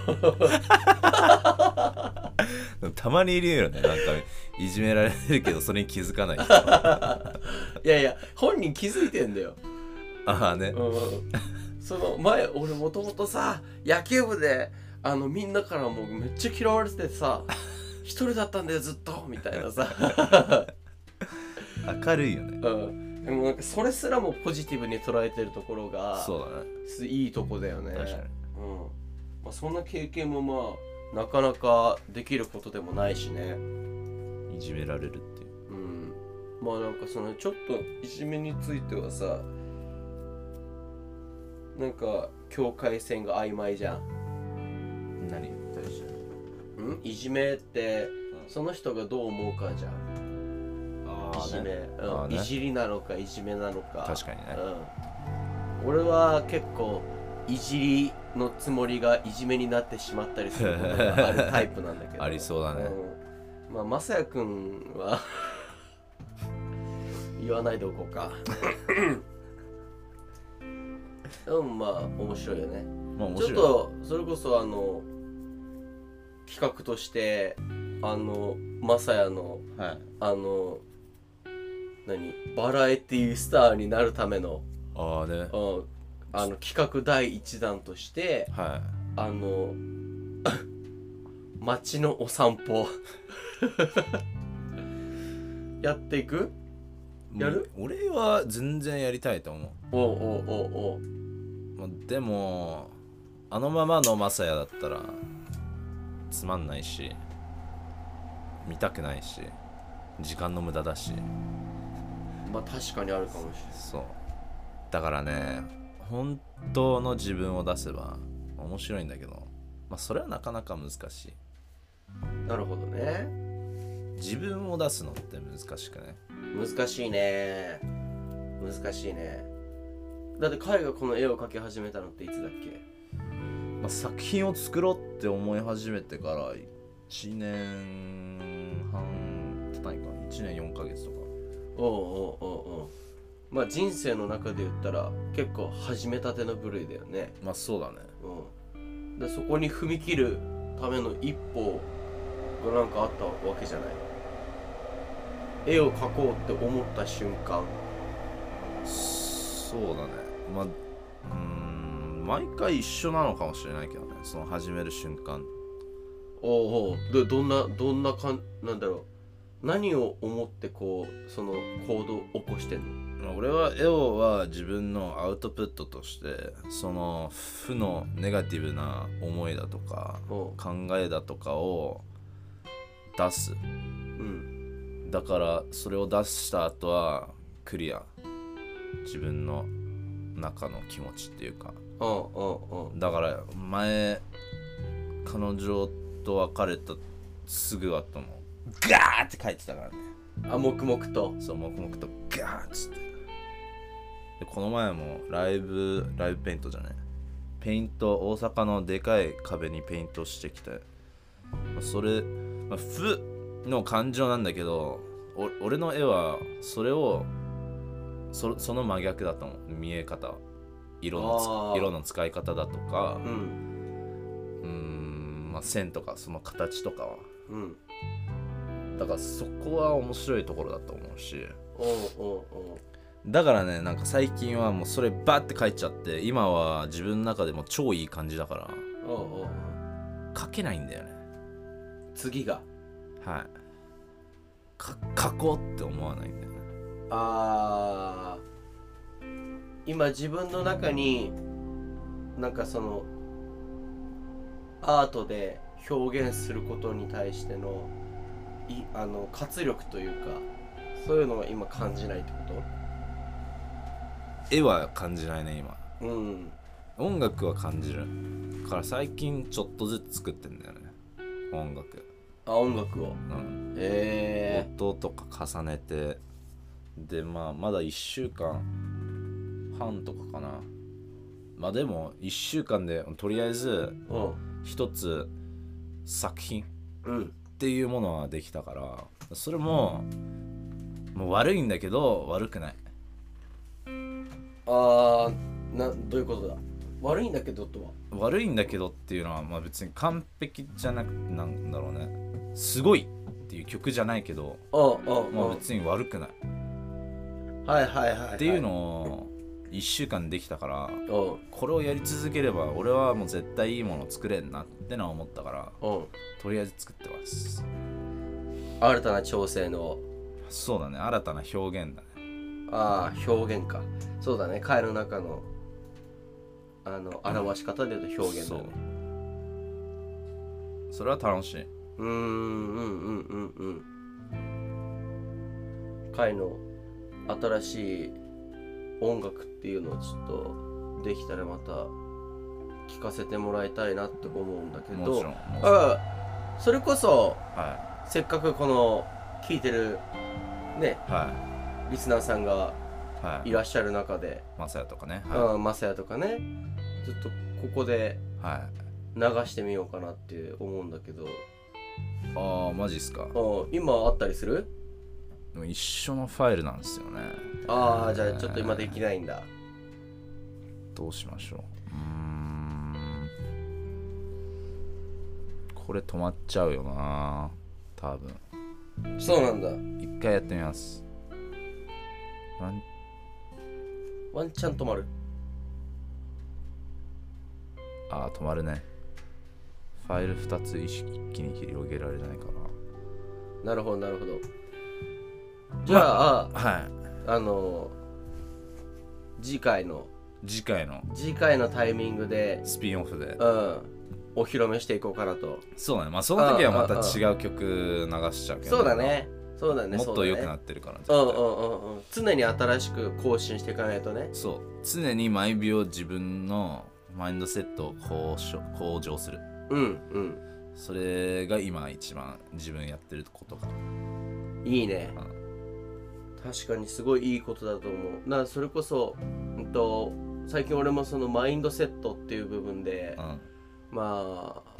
[SPEAKER 2] たまにいるよね、なんかいじめられるけどそれに気づかない人。
[SPEAKER 1] いやいや本人気づいてんだよ。
[SPEAKER 2] ああね、
[SPEAKER 1] うん、その前俺もともとさ野球部であのみんなからもうめっちゃ嫌われててさ一人だったんだよずっとみたいなさ
[SPEAKER 2] 明るいよね。
[SPEAKER 1] うん、でもなんかそれすらもポジティブに捉えてるところが
[SPEAKER 2] そうだね、
[SPEAKER 1] いいとこだよね。
[SPEAKER 2] 確かに。
[SPEAKER 1] うん、まあ、そんな経験もまあなかなかできることでもないしね。
[SPEAKER 2] いじめられるっていう。
[SPEAKER 1] うん、まあなんかそのちょっといじめについてはさ、なんか境界線が曖昧じゃん。
[SPEAKER 2] 何言ったりしてる？
[SPEAKER 1] ん？いじめって
[SPEAKER 2] うん
[SPEAKER 1] その人がどう思うかじゃん。
[SPEAKER 2] あ
[SPEAKER 1] いじめ、
[SPEAKER 2] ね、
[SPEAKER 1] うん
[SPEAKER 2] あね
[SPEAKER 1] いじりなのかいじめなのか。
[SPEAKER 2] 確かにね。
[SPEAKER 1] うん、俺は結構いじりのつもりがいじめになってしまったりすることがあるタイプなんだけど
[SPEAKER 2] ありそうだね。
[SPEAKER 1] うん、まあまさやくんは言わないでおこうかうんまあ面白いよね。
[SPEAKER 2] まあ面白い。
[SPEAKER 1] ちょっとそれこそあの企画としてあのまさやの
[SPEAKER 2] はい。
[SPEAKER 1] あの何バラエティスターになるための
[SPEAKER 2] ああね。
[SPEAKER 1] うんあの企画第一弾として
[SPEAKER 2] は
[SPEAKER 1] あの街のお散歩やっていく？
[SPEAKER 2] い。
[SPEAKER 1] やる？
[SPEAKER 2] 俺は全然やりたいと思う。
[SPEAKER 1] おうおうおうおう。
[SPEAKER 2] まあでもあのままのマサヤだったらつまんないし見たくないし時間の無駄だし、
[SPEAKER 1] まあ確かにあるかもしれない。
[SPEAKER 2] そうだからね、本当の自分を出せば面白いんだけど、まあそれはなかなか難しい。
[SPEAKER 1] なるほどね。
[SPEAKER 2] 自分を出すのって難しくね。
[SPEAKER 1] 難しいね。難しいね。だって彼がこの絵を描き始めたのっていつだっけ？
[SPEAKER 2] まあ、作品を作ろうって思い始めてからいちねんはん経たないか、いちねんよんかげつとか。
[SPEAKER 1] おうおうおうおう。まあ人生の中で言ったら結構始めたての部類だよね。
[SPEAKER 2] まあそうだね。
[SPEAKER 1] うん。でそこに踏み切るための一歩がなんかあったわけじゃない。絵を描こうって思った瞬間。
[SPEAKER 2] そうだね。まあうーん毎回一緒なのかもしれないけどね、その始める瞬間。
[SPEAKER 1] おうおう。でどんなどんなかんなんだろう。何を思ってこうその行動を起こしてんの？
[SPEAKER 2] 俺は絵をは自分のアウトプットとしてその負のネガティブな思いだとか
[SPEAKER 1] おう
[SPEAKER 2] 考えだとかを出す。
[SPEAKER 1] うん
[SPEAKER 2] だからそれを出した後はクリア、自分の中の気持ちっていうか。
[SPEAKER 1] うんうんうん。
[SPEAKER 2] だから前彼女と別れたすぐ後もガーって書いてたからね。
[SPEAKER 1] あ黙々と。
[SPEAKER 2] そう黙々とガーッつって。でこの前もライブライブペイントじゃないペイント、大阪のでかい壁にペイントしてきて、まあそれ、まあ、負の感情なんだけど、お俺の絵はそれを そ, その真逆だと思う。見え方、色の
[SPEAKER 1] あー
[SPEAKER 2] つ色の使い方だとか、
[SPEAKER 1] うん
[SPEAKER 2] うーん、まあ、線とかその形とかは、
[SPEAKER 1] うん。
[SPEAKER 2] だからそこは面白いところだと思うし、
[SPEAKER 1] おうおうおう。
[SPEAKER 2] だからね、なんか最近はもうそれバッて書いちゃって、今は自分の中でも超いい感じだから
[SPEAKER 1] おうおうおう。
[SPEAKER 2] 書けないんだよね。
[SPEAKER 1] 次が
[SPEAKER 2] はいか書こうって思わないんだよね。
[SPEAKER 1] あー今自分の中になんかそのアートで表現することに対してのいあの活力というかそういうのは今感じないってこ
[SPEAKER 2] 絵は感じないね今。
[SPEAKER 1] と？うん
[SPEAKER 2] 音楽は感じるから最近ちょっとずつ作ってんだよね、音楽。
[SPEAKER 1] あ音楽を
[SPEAKER 2] うん
[SPEAKER 1] へえ
[SPEAKER 2] 音とか重ねて、でまあまだいっしゅうかんはんとかかなまあでもいっしゅうかんでとりあえず
[SPEAKER 1] うん
[SPEAKER 2] 一つ作品
[SPEAKER 1] うん
[SPEAKER 2] っていうものはできたから、それももう悪いんだけど悪くない。
[SPEAKER 1] あーなどういうことだ。悪いんだけどとは。
[SPEAKER 2] 悪いんだけどっていうのはまあ別に完璧じゃなくなんだろうね、すごいっていう曲じゃないけど、
[SPEAKER 1] ああ
[SPEAKER 2] まあ別に悪くない
[SPEAKER 1] はいはいはい、はい、
[SPEAKER 2] っていうのをいっしゅうかんできたから、
[SPEAKER 1] うん
[SPEAKER 2] これをやり続ければ俺はもう絶対いいもの作れんなってのは思ったから、
[SPEAKER 1] うん
[SPEAKER 2] とりあえず作ってます。
[SPEAKER 1] 新たな調整の
[SPEAKER 2] そうだね、新たな表現だね。
[SPEAKER 1] ああ表現か。そうだね、会の中のあの表し方で言うと表現だね。
[SPEAKER 2] それは楽しい。
[SPEAKER 1] うーんうんうんうんうん会の新しい音楽っていうのをちょっとできたらまた聞かせてもらいたいなって思うんだけど、
[SPEAKER 2] もちろんもちろん、
[SPEAKER 1] あそれこそ
[SPEAKER 2] は
[SPEAKER 1] せっかくこの聞いてるね
[SPEAKER 2] いは
[SPEAKER 1] リスナーさんが
[SPEAKER 2] いはい
[SPEAKER 1] いらっしゃる中で、
[SPEAKER 2] マサヤとかね、
[SPEAKER 1] う
[SPEAKER 2] は
[SPEAKER 1] んマサヤとかね、ちょっとここで
[SPEAKER 2] いは
[SPEAKER 1] 流してみようかなって思うんだけど、
[SPEAKER 2] い。ああマジっすか。
[SPEAKER 1] うん今あったりする？
[SPEAKER 2] でも一緒のファイルなんですよね。
[SPEAKER 1] ああじゃあちょっと今できないんだ。
[SPEAKER 2] どうしましょう。うーんこれ止まっちゃうよな多分。
[SPEAKER 1] そうなんだ。
[SPEAKER 2] 一回やってみます。ワン
[SPEAKER 1] ワンチャン止まる。
[SPEAKER 2] あー止まるね。ファイルふたつ一気に広げられないか
[SPEAKER 1] なるほどなるほど。じゃあ、
[SPEAKER 2] な。はい。
[SPEAKER 1] あの次回の
[SPEAKER 2] 次回の
[SPEAKER 1] 次回のタイミングで
[SPEAKER 2] スピンオフで、
[SPEAKER 1] うんお披露目していこうかなと。
[SPEAKER 2] そうだね。まあその時はまた違う曲流しちゃうけど、
[SPEAKER 1] そうだねそうだね
[SPEAKER 2] もっと良くな
[SPEAKER 1] っ
[SPEAKER 2] ってるから、絶
[SPEAKER 1] て、うん
[SPEAKER 2] 対
[SPEAKER 1] うんうんうん常に新しく更新していかないとね。
[SPEAKER 2] そう常に毎秒自分のマインドセットを向上向上する。
[SPEAKER 1] うんうん
[SPEAKER 2] それが今一番自分やってることか。
[SPEAKER 1] いいね、
[SPEAKER 2] うん、
[SPEAKER 1] 確かにすごいいいことだと思う。なそれこそ、うんと、最近俺もそのマインドセットっていう部分で、
[SPEAKER 2] うん、
[SPEAKER 1] まあ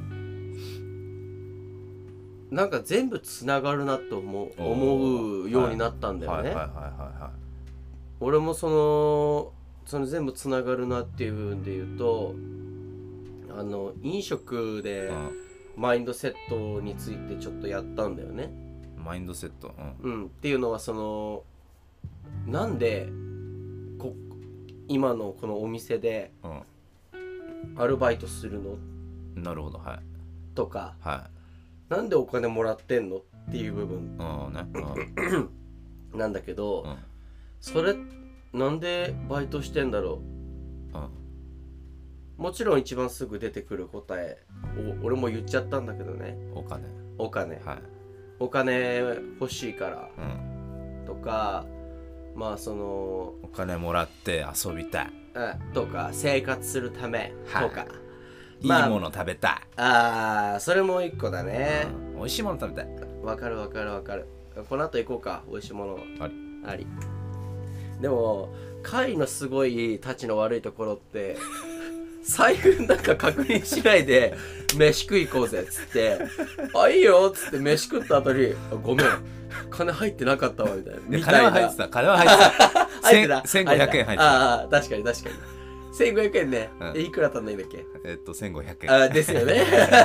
[SPEAKER 1] なんか全部つながるなと思う思うようになったんだよね。
[SPEAKER 2] はいはいはいはいはい。
[SPEAKER 1] 俺もそのその全部つながるなっていう部分で言うと、あの飲食でマインドセットについてちょっとやったんだよね。
[SPEAKER 2] マインドセット、
[SPEAKER 1] うん、うん、っていうのはそのなんでこ今のこのお店でアルバイトするの、
[SPEAKER 2] うん、なるほど、はい
[SPEAKER 1] とか、
[SPEAKER 2] は
[SPEAKER 1] なんでお金もらってんのっていう部分
[SPEAKER 2] い、うんね、うん、
[SPEAKER 1] なんだけど、
[SPEAKER 2] うん、
[SPEAKER 1] それなんでバイトしてんだろう、うん、もちろん一番すぐ出てくる答えを俺も言っちゃったんだけどね。
[SPEAKER 2] お金、
[SPEAKER 1] お金、
[SPEAKER 2] はい、
[SPEAKER 1] お金欲しいから、
[SPEAKER 2] うん、
[SPEAKER 1] とか、まあその
[SPEAKER 2] お金もらって遊びたい、
[SPEAKER 1] うん、とか生活するためとか、
[SPEAKER 2] いいもの食べたい、
[SPEAKER 1] ああそれも一個だね、
[SPEAKER 2] うん、美味しいもの食べたい。
[SPEAKER 1] わかるわかるわかる。この後行こうか、美味しいもの
[SPEAKER 2] あり
[SPEAKER 1] あり。でも貝のすごいたちの悪いところって財布なんか確認しないで飯食い行こうぜっつってあいいよっつって飯食った後にごめん金入ってなかったわみたいな。みた
[SPEAKER 2] 金
[SPEAKER 1] いな
[SPEAKER 2] は入ってた、金は入ってた
[SPEAKER 1] 入ってた
[SPEAKER 2] せんごひゃくえん入ってた。
[SPEAKER 1] ああ確かに確かにせんごひゃくえんね、
[SPEAKER 2] うん、
[SPEAKER 1] いくら足んないんだっけ。
[SPEAKER 2] えっとせんごひゃくえん
[SPEAKER 1] あですよね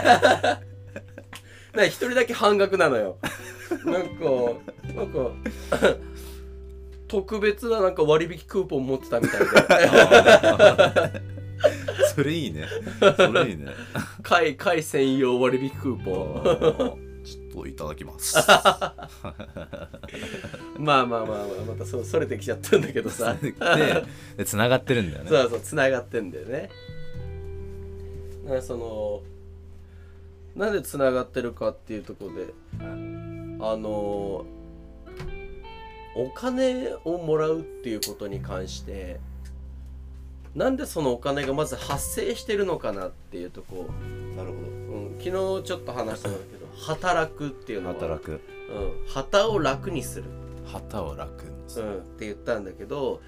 [SPEAKER 1] なんか一人だけ半額なのよ。なんかなんか特別ななんか割引クーポン持ってたみたいで
[SPEAKER 2] それいいね、それいいね
[SPEAKER 1] 貝貝専用割引クーポン
[SPEAKER 2] ちょっといただきます
[SPEAKER 1] まあまあまあまあまたそそれてきちゃったんだけどさ
[SPEAKER 2] でで繋がってるんだよね。
[SPEAKER 1] そうそう繋がってんだよね。だからそのなんで繋がってるかっていうところで、あのお金をもらうっていうことに関してなんでそのお金がまず発生してるのかなっていうとこ。
[SPEAKER 2] なるほど、
[SPEAKER 1] うん、昨日ちょっと話したんだけど働くっていうのは
[SPEAKER 2] 働く、
[SPEAKER 1] うん、旗を楽にする、
[SPEAKER 2] 旗を楽にする、
[SPEAKER 1] うん、って言ったんだけど、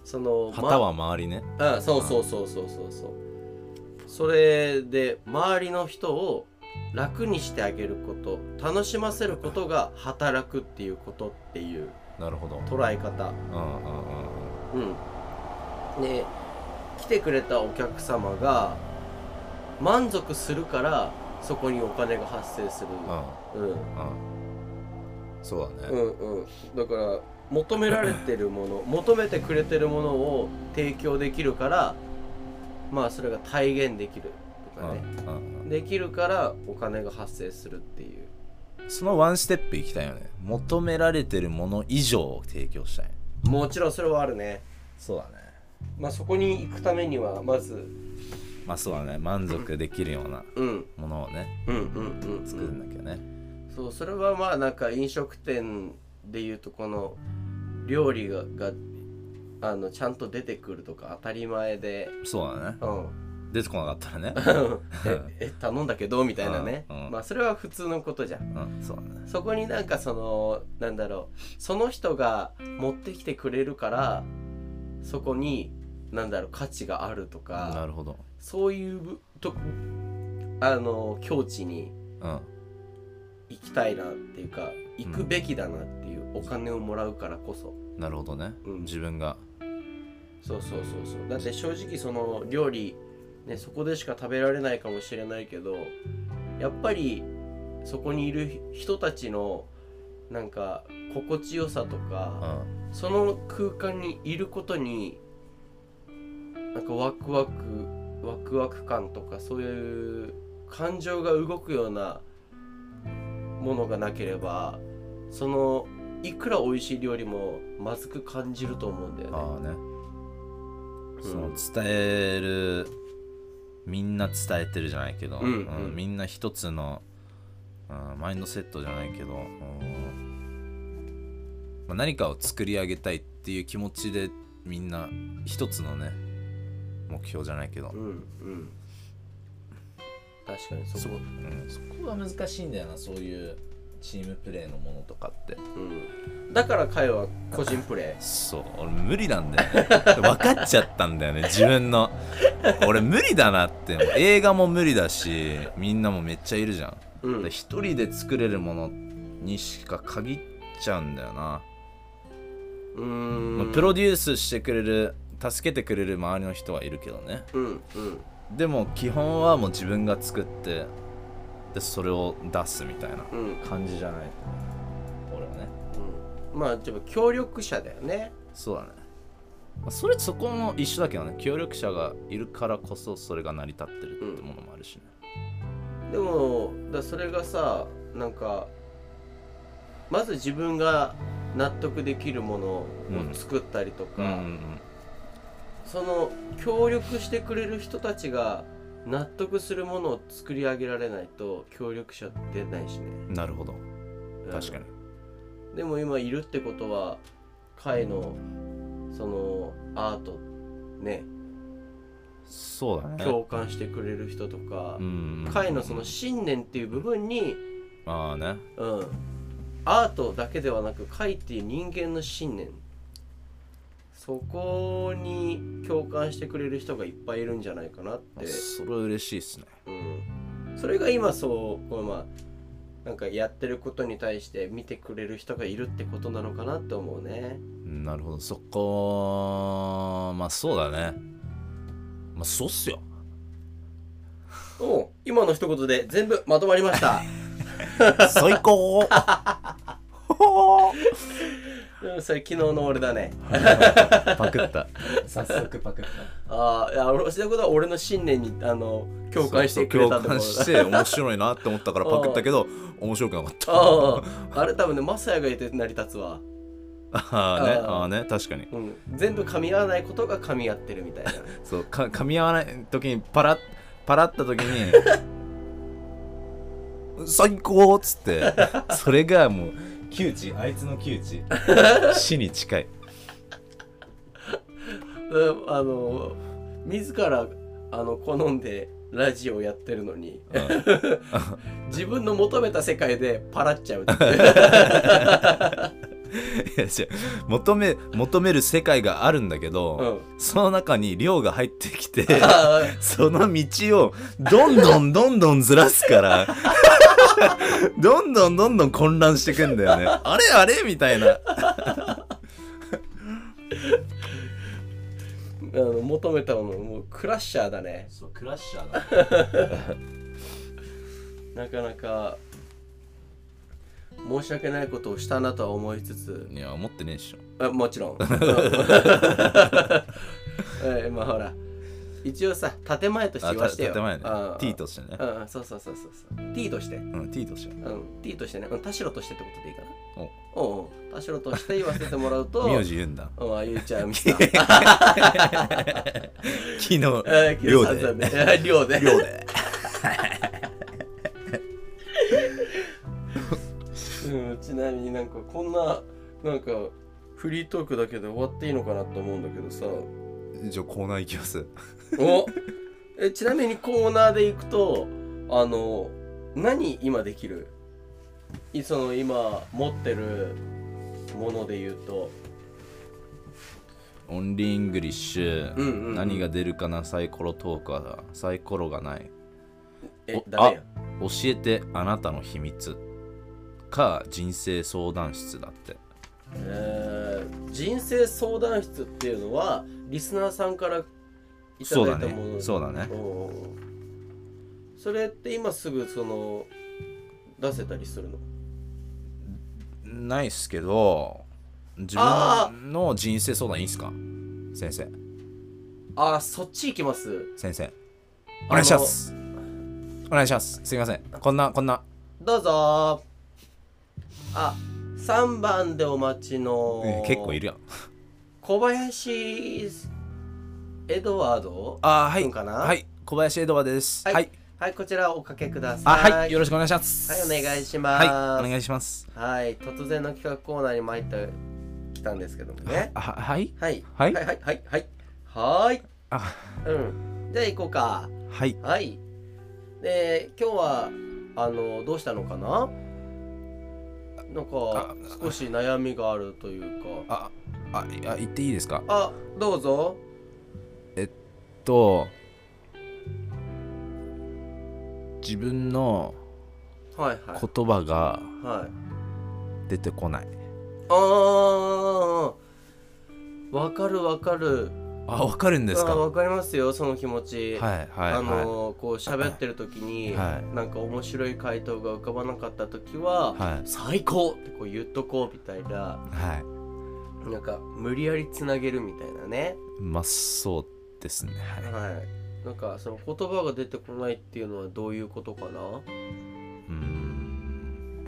[SPEAKER 1] その
[SPEAKER 2] 旗は周りね、
[SPEAKER 1] ま、あそうそうそうそうそうそうそれで周りの人を楽にしてあげること、楽しませることが働くっていうことっていう
[SPEAKER 2] なるほど
[SPEAKER 1] 捉え方。
[SPEAKER 2] うんうんうん
[SPEAKER 1] うんで来てくれたお客様が満足するからそこにお金が発生する。うんうん
[SPEAKER 2] うんそうだね、
[SPEAKER 1] うんうんだから求められてるもの求めてくれてるものを提供できるから、まあそれが体現できるとかね、
[SPEAKER 2] うんうんうん、
[SPEAKER 1] できるからお金が発生するっていう。
[SPEAKER 2] そのワンステップいきたいよね。求められてるもの以上を提供したい。
[SPEAKER 1] もちろんそれはあるね。
[SPEAKER 2] そうだね。
[SPEAKER 1] まあそこに行くためにはまず
[SPEAKER 2] まあそうだね、満足できるようなものをね、
[SPEAKER 1] うんうんうんうん
[SPEAKER 2] 作るんだけどね。
[SPEAKER 1] そうそれはまあなんか飲食店でいうとこの料理ががあのちゃんと出てくるとか当たり前で、
[SPEAKER 2] そうだね、
[SPEAKER 1] うん
[SPEAKER 2] 出てこなかったらね
[SPEAKER 1] ええ頼んだけどみたいなね、
[SPEAKER 2] うんうん、
[SPEAKER 1] まあそれは普通のことじゃん、
[SPEAKER 2] うん、そうだね。
[SPEAKER 1] そこになんかそのなんだろうその人が持ってきてくれるからそこになんだろう価値があるとか、
[SPEAKER 2] なるほど、
[SPEAKER 1] そういうとあの境地に
[SPEAKER 2] うん
[SPEAKER 1] 行きたいなっていうか行くべきだなっていう、うん、お金をもらうからこそ。
[SPEAKER 2] なるほどね、うん、自分が
[SPEAKER 1] そうそうそうそうだって正直その料理ねそこでしか食べられないかもしれないけどやっぱりそこにいる人たちのなんか心地よさとか、うん、その空間にいることになんかワクワクワクワク感とかそういう感情が動くようなものがなければそのいくら美味しい料理もまずく感じると思うんだよね。
[SPEAKER 2] ああね、
[SPEAKER 1] うん、
[SPEAKER 2] その伝えるみんな伝えてるじゃないけど、
[SPEAKER 1] うんうん
[SPEAKER 2] うん、みんな一つの、うん、マインドセットじゃないけど、うんまあ、何かを作り上げたいっていう気持ちでみんな一つのね目標じゃないけど、
[SPEAKER 1] うんうん、確かにそこ、
[SPEAKER 2] そ, うん、そこが難しいんだよな、そういうチームプレーのものとかって、
[SPEAKER 1] うん、だから彼は個人プレー
[SPEAKER 2] そう俺無理なんだよね分かっちゃったんだよね自分の俺無理だなって。映画も無理だしみんなもめっちゃいるじゃん、うん、一人で作れるものにしか限っちゃうんだよな。うーん、まあ、プロデュースしてくれる助けてくれる周りの人はいるけどね、
[SPEAKER 1] うんうん、
[SPEAKER 2] でも基本はもう自分が作ってでそれを出すみたいな感じじゃない、うん、俺はね、
[SPEAKER 1] うん、まあでも協力者だよね。
[SPEAKER 2] そうだね、まあ、それそこも一緒だけどね、協力者がいるからこそそれが成り立ってるってものもあるしね、
[SPEAKER 1] うん、でもだそれがさなんかまず自分が納得できるものを作ったりとか、うんうんうんうん、その協力してくれる人たちが納得するものを作り上げられないと協力者出ないしね。
[SPEAKER 2] なるほど、確かに。
[SPEAKER 1] でも今いるってことは彼のそのアートね、
[SPEAKER 2] そうだね、
[SPEAKER 1] 共感してくれる人とか、
[SPEAKER 2] うん
[SPEAKER 1] 彼のその信念っていう部分に、
[SPEAKER 2] ああね、
[SPEAKER 1] うん、アートだけではなく彼っていう人間の信念、そこに共感してくれる人がいっぱいいるんじゃないかなって。
[SPEAKER 2] それは嬉しいっすね、
[SPEAKER 1] うん、それが今そうこのまあなんかやってることに対して見てくれる人がいるってことなのかなって思うね。
[SPEAKER 2] なるほど、そこまあそうだね、まあそうっすよ。
[SPEAKER 1] おう、今の一言で全部まとまりました
[SPEAKER 2] 最高
[SPEAKER 1] うん、それ昨日の俺だね
[SPEAKER 2] パクった早速パクった。
[SPEAKER 1] ああ、いや俺そういうことは俺の信念にあの共感してくれたってことだ。
[SPEAKER 2] 共感して面白いなって思ったからパクったけど面白くなかった。
[SPEAKER 1] ああ、あれ多分ねマサヤがいて成り立つわ。
[SPEAKER 2] ああね、ああね、確かに、
[SPEAKER 1] うん、全部噛み合わないことが噛み合ってるみたいな
[SPEAKER 2] そうか、噛み合わない時にパラッパラった時に最高っつってそれがもう窮地、あいつの窮地死に近い
[SPEAKER 1] あの自らあの好んでラジオやってるのに、うん、自分の求めた世界でパラっちゃうって
[SPEAKER 2] いや違う、求め求める世界があるんだけど、
[SPEAKER 1] うん、
[SPEAKER 2] その中に量が入ってきて
[SPEAKER 1] あ
[SPEAKER 2] その道をどんどんどんどんずらすからどんどんどんどん混乱してくんだよね。あれあれみたいな。
[SPEAKER 1] あの求めたものもうクラッシャーだね。
[SPEAKER 2] そうクラッシャーだ
[SPEAKER 1] なかなか申し訳ないことをしたなとは思いつつ、
[SPEAKER 2] いや思ってねえっしょ。
[SPEAKER 1] あもちろんえまあほら一応さ建前として言わしてよ。
[SPEAKER 2] 建前ね。
[SPEAKER 1] あ
[SPEAKER 2] T としてね。
[SPEAKER 1] うんそうそうそうそうそう T として、
[SPEAKER 2] うん T として。
[SPEAKER 1] うん T としてね、うん、田代としてってことでいいかな。
[SPEAKER 2] お
[SPEAKER 1] おうおう田代として言わせてもらうと
[SPEAKER 2] 名字言うんだ。
[SPEAKER 1] うん言っちゃうみたい
[SPEAKER 2] 昨日
[SPEAKER 1] な
[SPEAKER 2] 寮で
[SPEAKER 1] ね寮で
[SPEAKER 2] 寮で
[SPEAKER 1] うん、ちなみになんかこんななんかフリートークだけで終わっていいのかなと思うんだけどさ。
[SPEAKER 2] じゃあコーナー行きます。
[SPEAKER 1] おえちなみにコーナーで行くとあの何今できるいその今持ってるもので言うと
[SPEAKER 2] オンリーイングリッシュ、
[SPEAKER 1] うんうんうん、
[SPEAKER 2] 何が出るかな。サイコロトークはサイコロがない。
[SPEAKER 1] えダメや
[SPEAKER 2] 教えてあなたの秘密か人生相談室だって。
[SPEAKER 1] えー、人生相談室っていうのはリスナーさんからいただいたもの。
[SPEAKER 2] そうだね。そうだね。
[SPEAKER 1] それって今すぐその出せたりするの？
[SPEAKER 2] ないっすけど、自分の人生相談いいっすか先生。
[SPEAKER 1] ああそっち行きます。
[SPEAKER 2] 先生お願いします。お願いします。すいません。こんなこんな
[SPEAKER 1] どうぞ。あさんばんでお待ちの、
[SPEAKER 2] え結構いるやん。
[SPEAKER 1] 小林エドワード
[SPEAKER 2] あはい
[SPEAKER 1] 君かな。
[SPEAKER 2] はい小林エドワです。
[SPEAKER 1] はい、
[SPEAKER 2] は
[SPEAKER 1] い、はい、こちらおかけください。
[SPEAKER 2] あはいよろしくお願いします。
[SPEAKER 1] はいお願いします。
[SPEAKER 2] はいお願いします。
[SPEAKER 1] はい突然の企画コーナーに参ってきたんですけどもね。
[SPEAKER 2] ははい
[SPEAKER 1] はい
[SPEAKER 2] はい
[SPEAKER 1] はいはいはいはいはい
[SPEAKER 2] あ
[SPEAKER 1] うんじゃあ行こうか。
[SPEAKER 2] はい
[SPEAKER 1] はいで今日はあのどうしたのかな。なんか少し悩みがあるというか。
[SPEAKER 2] ああいや言っていいですか。
[SPEAKER 1] あどうぞ。
[SPEAKER 2] えっと自分の
[SPEAKER 1] はいはい
[SPEAKER 2] 言葉が
[SPEAKER 1] はい
[SPEAKER 2] 出てこない。
[SPEAKER 1] あーわかるわかる。
[SPEAKER 2] あわかるんですか。
[SPEAKER 1] あわかりますよその気持ち。
[SPEAKER 2] はいはい
[SPEAKER 1] あ
[SPEAKER 2] はい
[SPEAKER 1] のこう喋ってる時に、
[SPEAKER 2] はい
[SPEAKER 1] なんか面白い回答が浮かばなかった時は、
[SPEAKER 2] はい
[SPEAKER 1] 最高ってこう言っとこうみたいな、
[SPEAKER 2] はい
[SPEAKER 1] なんか無理やりつなげるみたいなね。
[SPEAKER 2] まあそうですね。はい
[SPEAKER 1] はいなんかその言葉が出てこないっていうのはどういうことかな。
[SPEAKER 2] うーん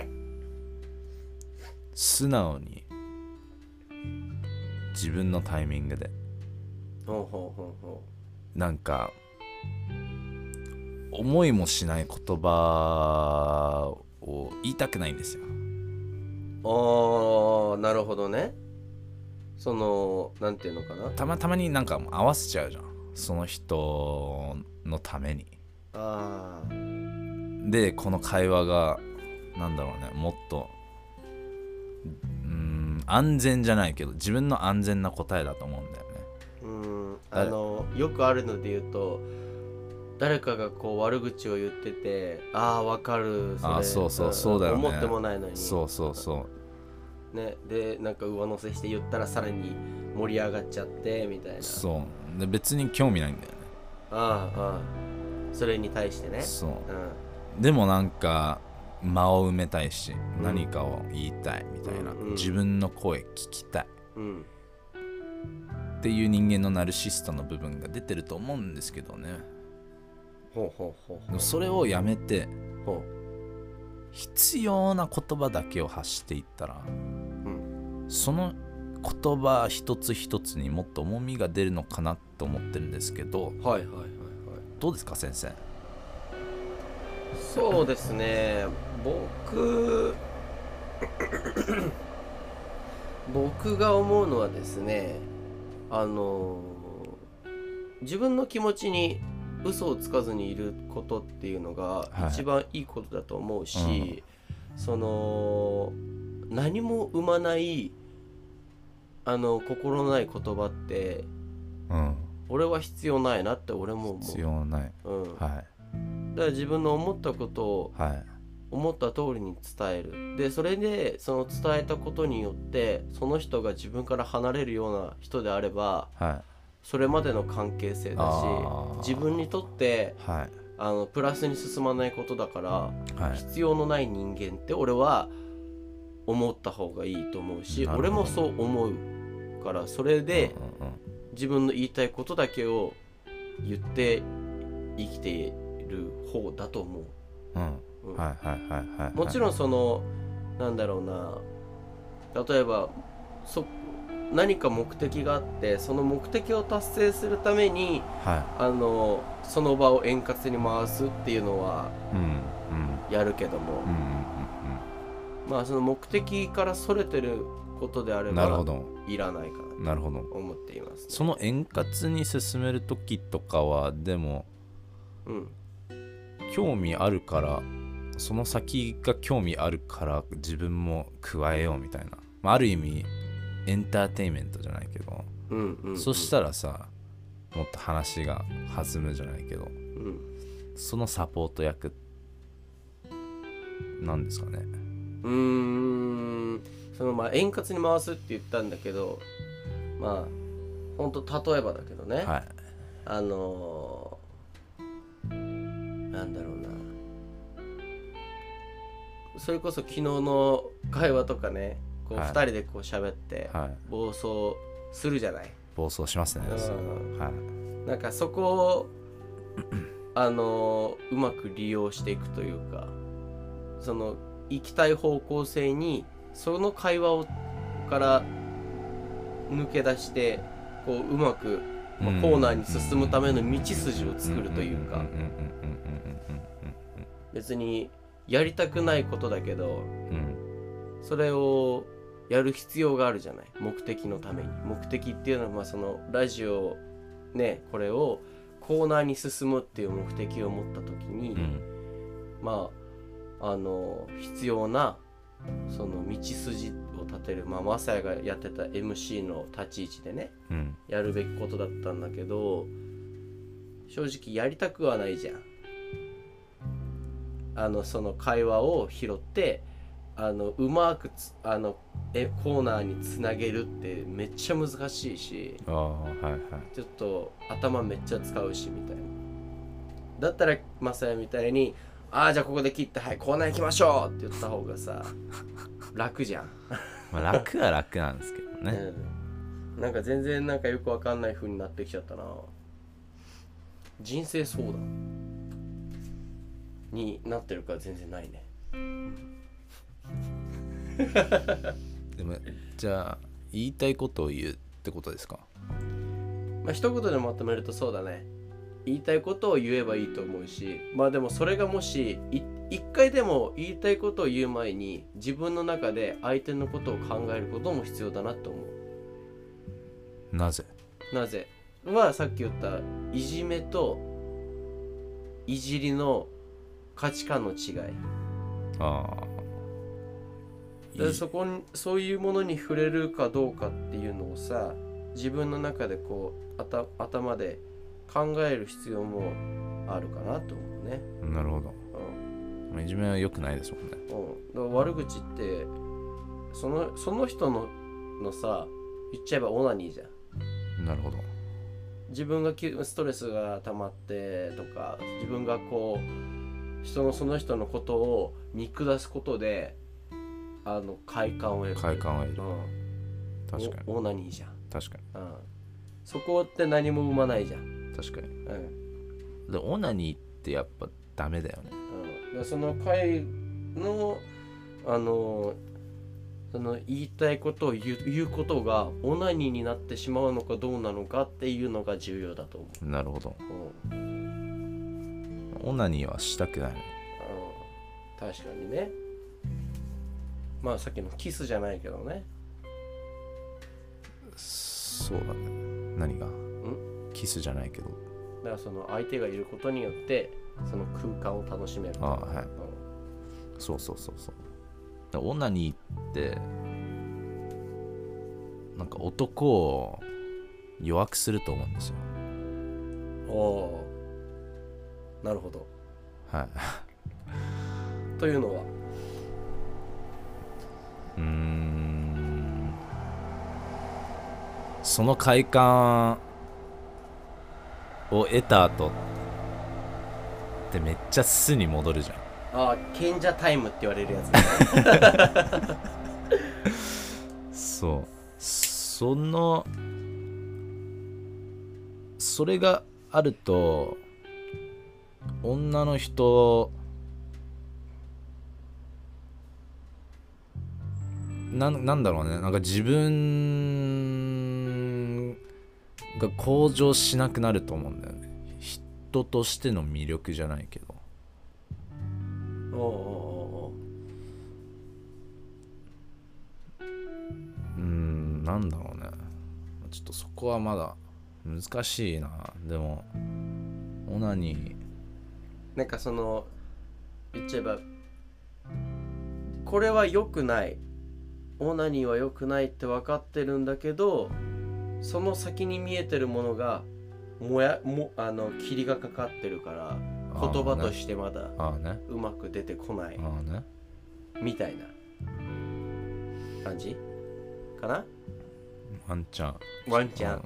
[SPEAKER 2] 素直に自分のタイミングで
[SPEAKER 1] ほうほうほうほ
[SPEAKER 2] なんか思いもしない言葉を言いたくないんですよ。
[SPEAKER 1] う。あーなるほどね。そのなんていうのかな。
[SPEAKER 2] たまたまになんか合わせちゃうじゃんその人のために。
[SPEAKER 1] あ
[SPEAKER 2] でこの会話がなんだろうねもっとうーん安全じゃないけど自分の安全な答えだと思うんだよね。
[SPEAKER 1] うんあのよくあるので言うと誰かがこう悪口を言っててああわかるそれ
[SPEAKER 2] あそうそうそうだよね。
[SPEAKER 1] 思ってもないのに
[SPEAKER 2] そうそうそう
[SPEAKER 1] ねでなんか上乗せして言ったらさらに盛り上がっちゃってみたいな。
[SPEAKER 2] そうで別に興味ないんだよね。
[SPEAKER 1] ああああそれに対してね。
[SPEAKER 2] そう
[SPEAKER 1] うん
[SPEAKER 2] でもなんか間を埋めたいし、
[SPEAKER 1] うん
[SPEAKER 2] 何かを言いたいみたいな、
[SPEAKER 1] うんうん
[SPEAKER 2] 自分の声聞きたい
[SPEAKER 1] うん
[SPEAKER 2] っていう人間のナルシストの部分が出てると思うんですけどね。
[SPEAKER 1] ほうほうほう
[SPEAKER 2] でもそれをやめて
[SPEAKER 1] ほ
[SPEAKER 2] 必要な言葉だけを発していったら、
[SPEAKER 1] ううん
[SPEAKER 2] その言葉一つ一つにもっと重みが出るのかなと思ってるんですけど、
[SPEAKER 1] はいはいはいはい。
[SPEAKER 2] どうですか先生。
[SPEAKER 1] そうですね僕僕が思うのはですねあの自分の気持ちに嘘をつかずにいることっていうのが
[SPEAKER 2] はい
[SPEAKER 1] 一番いいことだと思うし、
[SPEAKER 2] うん
[SPEAKER 1] その何も生まないあの心のない言葉って
[SPEAKER 2] うん
[SPEAKER 1] 俺は必要ないなって俺も思う。
[SPEAKER 2] 必要ない、
[SPEAKER 1] うん、
[SPEAKER 2] はい
[SPEAKER 1] だから自分の思ったことを
[SPEAKER 2] はい
[SPEAKER 1] 思った通りに伝える。でそれでその伝えたことによってその人が自分から離れるような人であれば
[SPEAKER 2] はい
[SPEAKER 1] それまでの関係性だし
[SPEAKER 2] あー
[SPEAKER 1] 自分にとって
[SPEAKER 2] はい
[SPEAKER 1] あのプラスに進まないことだから
[SPEAKER 2] はい
[SPEAKER 1] 必要のない人間って俺は思った方がいいと思うし、
[SPEAKER 2] なるほど
[SPEAKER 1] 俺もそう思うからそれで
[SPEAKER 2] うんうん
[SPEAKER 1] 自分の言いたいことだけを言って生きている方だと思う。
[SPEAKER 2] うん
[SPEAKER 1] うん
[SPEAKER 2] はいはいはいはい
[SPEAKER 1] もちろんそのなんだろうな例えばそ何か目的があってその目的を達成するために
[SPEAKER 2] は
[SPEAKER 1] あのその場を円滑に回すっていうのはい
[SPEAKER 2] うんうん
[SPEAKER 1] やるけども、
[SPEAKER 2] うんうん
[SPEAKER 1] まあその目的からそれてることであれ
[SPEAKER 2] うんなるほ
[SPEAKER 1] ば
[SPEAKER 2] ど
[SPEAKER 1] いらないかな
[SPEAKER 2] なるほど
[SPEAKER 1] と思っています、ね、
[SPEAKER 2] その円滑に進める時とかはでも
[SPEAKER 1] うん
[SPEAKER 2] 興味あるからその先が興味あるから自分も加えようみたいな、まあ、ある意味エンターテインメントじゃないけど、
[SPEAKER 1] うんうんうん、
[SPEAKER 2] そしたらさもっと話が弾むじゃないけど
[SPEAKER 1] うん
[SPEAKER 2] そのサポート役なんですかね。
[SPEAKER 1] うーんそのまあ円滑に回すって言ったんだけどまあほんと例えばだけどね、
[SPEAKER 2] はい
[SPEAKER 1] あのー、なんだろうなそれこそ昨日の会話とかねこう
[SPEAKER 2] はい
[SPEAKER 1] ふたりでこう喋って
[SPEAKER 2] はい
[SPEAKER 1] 暴走するじゃない、
[SPEAKER 2] 暴走しますね、
[SPEAKER 1] うん
[SPEAKER 2] そうはい
[SPEAKER 1] なんかそこをあのーうまく利用していくというかその行きたい方向性にその会話をから抜け出してこううまく、まあ、コーナーに進むための道筋を作るというか別にやりたくないことだけど
[SPEAKER 2] うん
[SPEAKER 1] それをやる必要があるじゃない目的のために目的っていうのはまあそのラジオねこれをコーナーに進むっていう目的を持った時に、
[SPEAKER 2] うん
[SPEAKER 1] まああの必要なその道筋を立てるまあマサヤがやってた エムシー の立ち位置でね
[SPEAKER 2] うん
[SPEAKER 1] やるべきことだったんだけど正直やりたくはないじゃんあのその会話を拾ってあのうまくつあのえコーナーにつなげるってめっちゃ難しいし
[SPEAKER 2] ああはいはい
[SPEAKER 1] ちょっと頭めっちゃ使うしみたいなだったらマサヤみたいにああじゃあここで切ってはいコーナー行きましょうって言った方がさ楽じゃん、
[SPEAKER 2] まあ楽は楽なんですけどね、
[SPEAKER 1] うん、なんか全然なんかよくわかんない風になってきちゃったな人生相談になってるから全然ないね
[SPEAKER 2] でもじゃあ言いたいことを言うってことですか。
[SPEAKER 1] まあ一言でまとめるとそうだね言いたいことを言えばいいと思うしまあでもそれがもしい一回でも言いたいことを言う前に自分の中で相手のことを考えることも必要だなと思う。
[SPEAKER 2] なぜ
[SPEAKER 1] なぜはさっき言ったいじめといじりの価値観の違い
[SPEAKER 2] ああ
[SPEAKER 1] でそこにそういうものに触れるかどうかっていうのをさ自分の中でこう頭頭で考える必要もあるかなと思うね。
[SPEAKER 2] なるほど、
[SPEAKER 1] うん
[SPEAKER 2] いじめは良くないですもんね。
[SPEAKER 1] うん、だから悪口ってそのその人ののさ言っちゃえばオナニーじゃん。
[SPEAKER 2] なるほど。
[SPEAKER 1] 自分がきストレスが溜まってとか自分がこう人のその人のことを見下すことであの快感を得る
[SPEAKER 2] 快感を得る、
[SPEAKER 1] うん、
[SPEAKER 2] 確かに
[SPEAKER 1] オオナニーじゃん、
[SPEAKER 2] 確かに
[SPEAKER 1] うん、そこって何も生まないじゃん、
[SPEAKER 2] 確かに。
[SPEAKER 1] うん
[SPEAKER 2] でオナニーってやっぱダメだよね。
[SPEAKER 1] うん、でその回のあのその言いたいことを言う、言うことがオナニーになってしまうのかどうなのかっていうのが重要だと思う。
[SPEAKER 2] なるほど。
[SPEAKER 1] うん、
[SPEAKER 2] オナニーはしたくない。
[SPEAKER 1] うん、確かにね。まあさっきのキスじゃないけどね。
[SPEAKER 2] そうだね。何がキスじゃないけど。
[SPEAKER 1] だからその相手がいることによってその空間を楽しめる。
[SPEAKER 2] ああはい、
[SPEAKER 1] うん、
[SPEAKER 2] そうそうそうそう。 だオナニーってなんか男を弱くすると思うんですよ。
[SPEAKER 1] おおなるほど。
[SPEAKER 2] はい
[SPEAKER 1] というのは
[SPEAKER 2] うーんその快感を得た後ってめっちゃ素に戻るじゃん。
[SPEAKER 1] ああ賢者タイムって言われるやつね
[SPEAKER 2] そうそのそれがあると女の人な, なんだろうねなんか自分が向上しなくなると思うんだよね。人としての魅力じゃないけど
[SPEAKER 1] おうおうお
[SPEAKER 2] うーんなんだろうねちょっとそこはまだ難しいな。でもオナニー
[SPEAKER 1] なんかその言っちゃえばこれは良くないオナニーは良くないって分かってるんだけどその先に見えてるものがもやもあの霧がかかってるから言葉としてまだ
[SPEAKER 2] ああね
[SPEAKER 1] うまく出てこない
[SPEAKER 2] ああね
[SPEAKER 1] みたいな感じかな。
[SPEAKER 2] ワンチャン
[SPEAKER 1] ワンチャン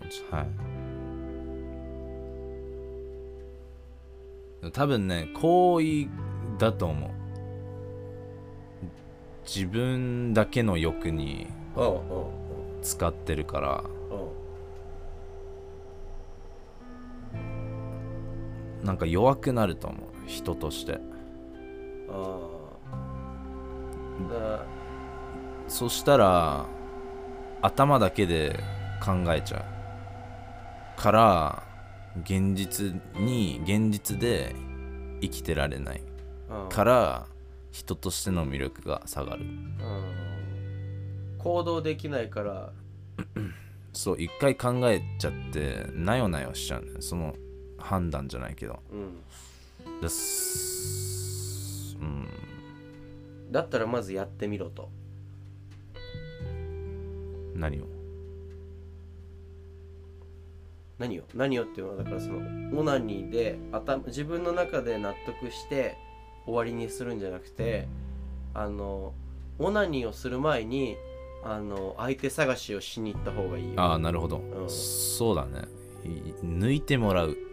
[SPEAKER 2] はい多分ね行為だと思う。自分だけの欲に
[SPEAKER 1] おう
[SPEAKER 2] 使ってるから
[SPEAKER 1] おうおう
[SPEAKER 2] なんか弱くなると思う人として。
[SPEAKER 1] ああ
[SPEAKER 2] そしたら頭だけで考えちゃうから現実に現実で生きてられないから人としての魅力が下がる。
[SPEAKER 1] 行動できないから
[SPEAKER 2] そう一回考えちゃってなよなよしちゃうんだよその判断じゃないけど、
[SPEAKER 1] うん、
[SPEAKER 2] です、うん、
[SPEAKER 1] だったらまずやってみろと。
[SPEAKER 2] 何を
[SPEAKER 1] 何を何をっていうのはだからそのオナニーで頭自分の中で納得して終わりにするんじゃなくてあのオナニーをする前にあの相手探しをしに行った方がいいよ。
[SPEAKER 2] ああなるほど、
[SPEAKER 1] うん、
[SPEAKER 2] そうだね抜いてもらう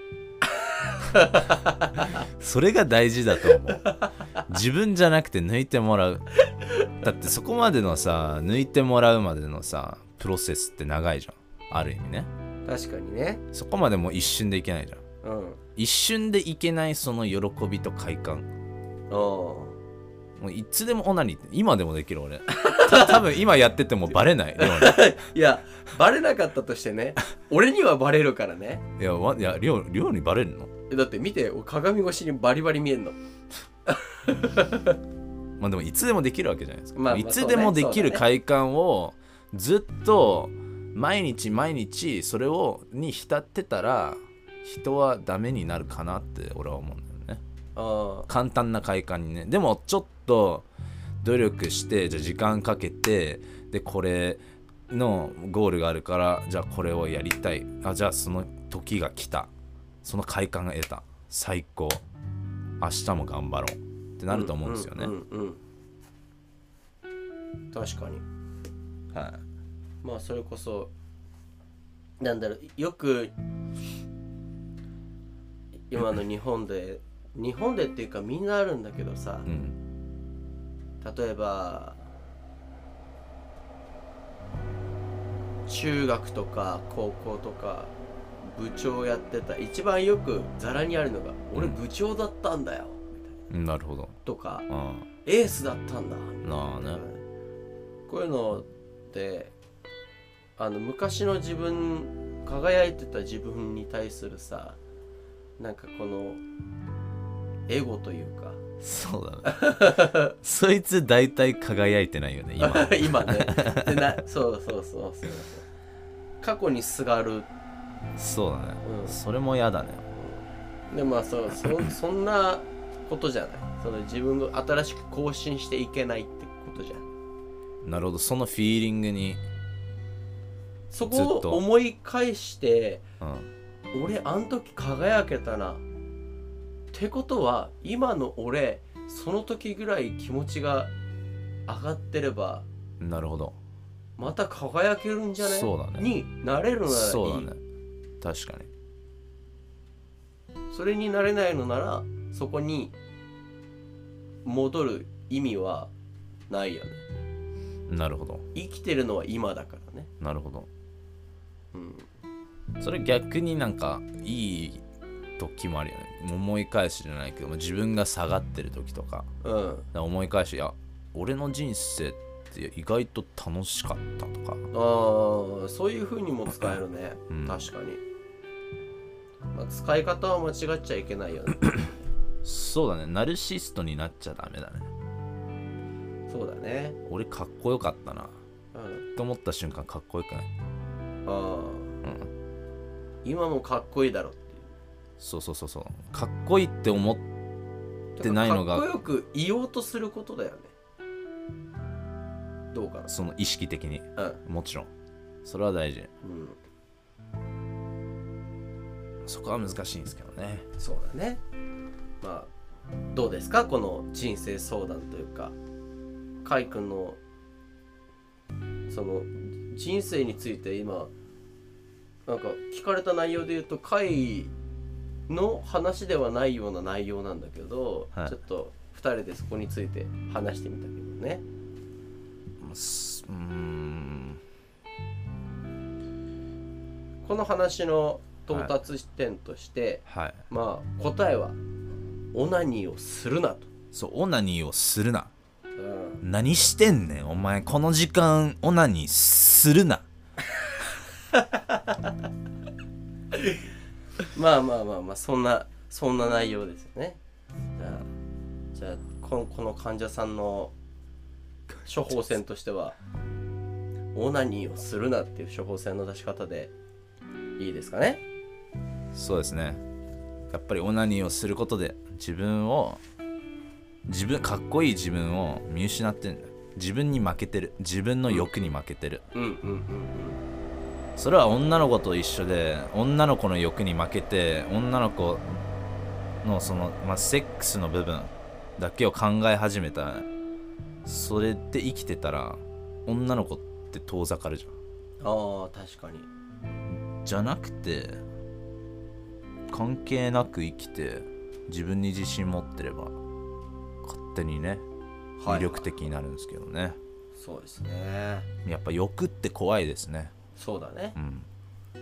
[SPEAKER 2] それが大事だと思う。自分じゃなくて抜いてもらう。だってそこまでのさ抜いてもらうまでのさプロセスって長いじゃんある意味ね。
[SPEAKER 1] 確かにね。
[SPEAKER 2] そこまでも一瞬でいけないじゃん、
[SPEAKER 1] うん、
[SPEAKER 2] 一瞬でいけないその喜びと快感
[SPEAKER 1] お
[SPEAKER 2] もういつでもオナニーって今でもできる俺多分今やっててもバレない
[SPEAKER 1] いやバレなかったとしてね俺にはバレるからね。
[SPEAKER 2] いやわいや亮亮にバレるの
[SPEAKER 1] だって見て鏡越しにバリバリ見えんの
[SPEAKER 2] まあでもいつでもできるわけじゃないですか、
[SPEAKER 1] まあまあ、
[SPEAKER 2] いつでもできる快感をずっと毎日毎日それをに浸ってたら人はダメになるかなって俺は思うんだよね。
[SPEAKER 1] あ
[SPEAKER 2] 簡単な快感にね。でもちょっと努力してじゃあ時間かけてでこれのゴールがあるからじゃあこれをやりたいあじゃあその時が来たその快感が得た最高明日も頑張ろうってなると思うんですよね。
[SPEAKER 1] うんうんうんうん、確かに。
[SPEAKER 2] はい
[SPEAKER 1] まあそれこそなんだろうよく今の日本で日本でっていうかみんなあるんだけどさ、
[SPEAKER 2] うん、
[SPEAKER 1] 例えば中学とか高校とか部長やってた一番よくザラにあるのが、うん、俺部長だったんだよみたいな、
[SPEAKER 2] なるほど
[SPEAKER 1] とか
[SPEAKER 2] あ
[SPEAKER 1] エースだったんだ
[SPEAKER 2] なあね、
[SPEAKER 1] こういうのってあの昔の自分輝いてた自分に対するさなんかこのエゴというか
[SPEAKER 2] そうだねそいつ大体輝いてないよね今
[SPEAKER 1] 今ねでなそうそうそうそうそう過去にすがる
[SPEAKER 2] そうだね、
[SPEAKER 1] うん、
[SPEAKER 2] それも嫌だね、
[SPEAKER 1] うん、でまあ そ, そ, そんなことじゃないその自分が新しく更新していけないってことじゃん。
[SPEAKER 2] なるほど、そのフィーリングに
[SPEAKER 1] そこを思い返して、
[SPEAKER 2] うん、
[SPEAKER 1] 俺あん時輝けたなってことは、今の俺その時ぐらい気持ちが上がってれば、
[SPEAKER 2] なるほど、
[SPEAKER 1] また輝けるんじゃね、
[SPEAKER 2] そうだね、
[SPEAKER 1] になれるならいい。
[SPEAKER 2] そうだね、確かに。
[SPEAKER 1] それになれないのならそこに戻る意味はないよね。
[SPEAKER 2] なるほど、
[SPEAKER 1] 生きてるのは今だからね。
[SPEAKER 2] なるほど、
[SPEAKER 1] うん、
[SPEAKER 2] それ逆になんかいい時もあるよね。思い返しじゃないけど、自分が下がってる時とか、
[SPEAKER 1] うん、
[SPEAKER 2] 思い返し、いや俺の人生って意外と楽しかったとか、
[SPEAKER 1] ああ、そういう風にも使えるね、
[SPEAKER 2] うん、
[SPEAKER 1] 確かに、まあ、使い方は間違っちゃいけないよね
[SPEAKER 2] そうだね、ナルシストになっちゃダメだね。
[SPEAKER 1] そうだね。
[SPEAKER 2] 俺かっこよかったな、
[SPEAKER 1] うん、
[SPEAKER 2] と思った瞬間かっこよくない？
[SPEAKER 1] ああ、
[SPEAKER 2] うん、
[SPEAKER 1] 今もかっこいいだろっていう。
[SPEAKER 2] そうそうそうそう、かっこいいって思ってないのが
[SPEAKER 1] かっこよく言おうとすることだよね。どうかな、
[SPEAKER 2] その意識的に、
[SPEAKER 1] うん、
[SPEAKER 2] もちろんそれは大事、
[SPEAKER 1] うん、
[SPEAKER 2] そこは難しいんですけどね。
[SPEAKER 1] そうだね。まあどうですか、この人生相談というか、カイ君のその人生について今なんか聞かれた内容で言うと、カイの話ではないような内容なんだけど、はい、ちょっとふたりでそこについて話してみたけどね。
[SPEAKER 2] うーん、
[SPEAKER 1] この話の到達地点として、
[SPEAKER 2] はいはい、
[SPEAKER 1] まあ答えはオナニーをするなと。
[SPEAKER 2] そう、オナニーをするな、
[SPEAKER 1] うん、
[SPEAKER 2] 何してんねんお前、この時間オナニーするな
[SPEAKER 1] まあまあまあまあ、そんなそんな内容ですよね。じゃあじゃあこの、この患者さんの処方箋としてはオナニーをするなっていう処方箋の出し方でいいですかね。
[SPEAKER 2] そうですね、やっぱりオナニーをすることで自分を自分かっこいい自分を見失ってるんだよ。自分に負けてる、自分の欲に負けてる、
[SPEAKER 1] うんうんうんうん、
[SPEAKER 2] それは女の子と一緒で、女の子の欲に負けて女の子のその、まあ、セックスの部分だけを考え始めたら、それで生きてたら女の子って遠ざかるじゃん。
[SPEAKER 1] ああ、確かに。
[SPEAKER 2] じゃなくて関係なく生きて自分に自信持ってれば勝手にね、魅力的になるんですけどね、はい、
[SPEAKER 1] そうですね。
[SPEAKER 2] やっぱ欲って怖いですね。
[SPEAKER 1] そうだね、
[SPEAKER 2] うん、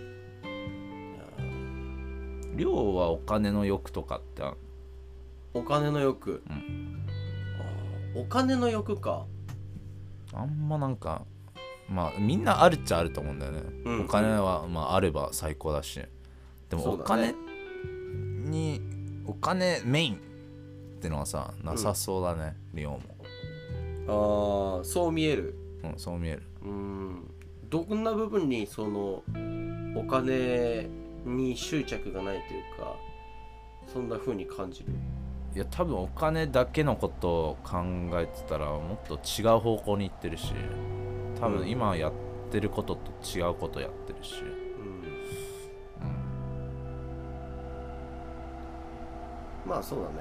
[SPEAKER 2] 量はお金の欲とかってある？
[SPEAKER 1] お金の欲、うん、あ、お金の欲か。
[SPEAKER 2] あんまなんか、まあみんなあるっちゃあると思うんだよね、うんうん、お金はまああれば最高だし、でもお金に、ね、お金メインってのはさなさそうだね、うん、リオも。
[SPEAKER 1] ああ、そう見える。
[SPEAKER 2] うん、そう見える。
[SPEAKER 1] うん、どんな部分にそのお金に執着がないというか、そんな風に感じる？
[SPEAKER 2] いや、多分お金だけのことを考えてたらもっと違う方向に行ってるし、多分今やってることと違うことやってるし、うん、うん、
[SPEAKER 1] まあそうだね。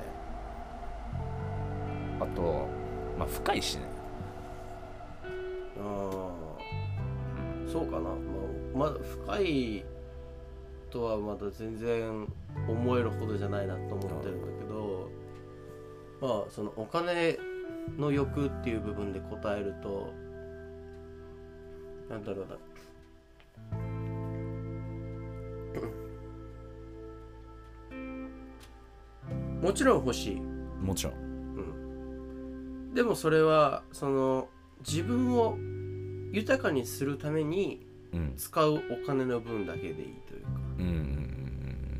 [SPEAKER 2] あとまあ深いしね。
[SPEAKER 1] ああ、うん、そうかな。まあ、まだ深いとはまだ全然思えるほどじゃないなと思ってるんだけど、まあそのお金の欲っていう部分で答えると、なんだろうなもちろん欲しい。
[SPEAKER 2] もちろん。
[SPEAKER 1] うん。でもそれはその自分を豊かにするために使うお金の分だけでいいというか。
[SPEAKER 2] うんうんうんうん。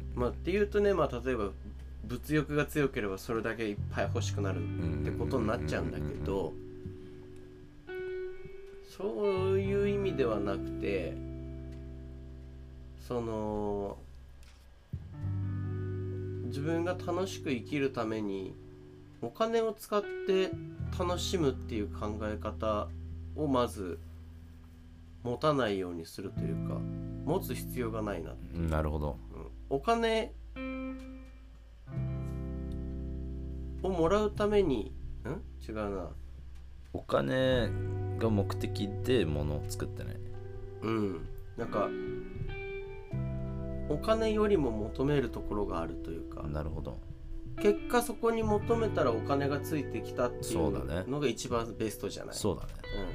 [SPEAKER 1] まあっていうとね、まあ例えば物欲が強ければそれだけいっぱい欲しくなるってことになっちゃうんだけど、そういう意味ではなくて、その自分が楽しく生きるためにお金を使って楽しむっていう考え方をまず持たないようにするというか、持つ必要がないな。
[SPEAKER 2] なるほど。
[SPEAKER 1] うん、お金をもらうために、ん違うな。
[SPEAKER 2] お金が目的で物を作ってない。
[SPEAKER 1] うん、なんかお金よりも求めるところがあるというか、
[SPEAKER 2] なるほど。
[SPEAKER 1] 結果そこに求めたらお金がついてきたってい
[SPEAKER 2] そうだね
[SPEAKER 1] うのが一番ベストじゃない。
[SPEAKER 2] そうだね。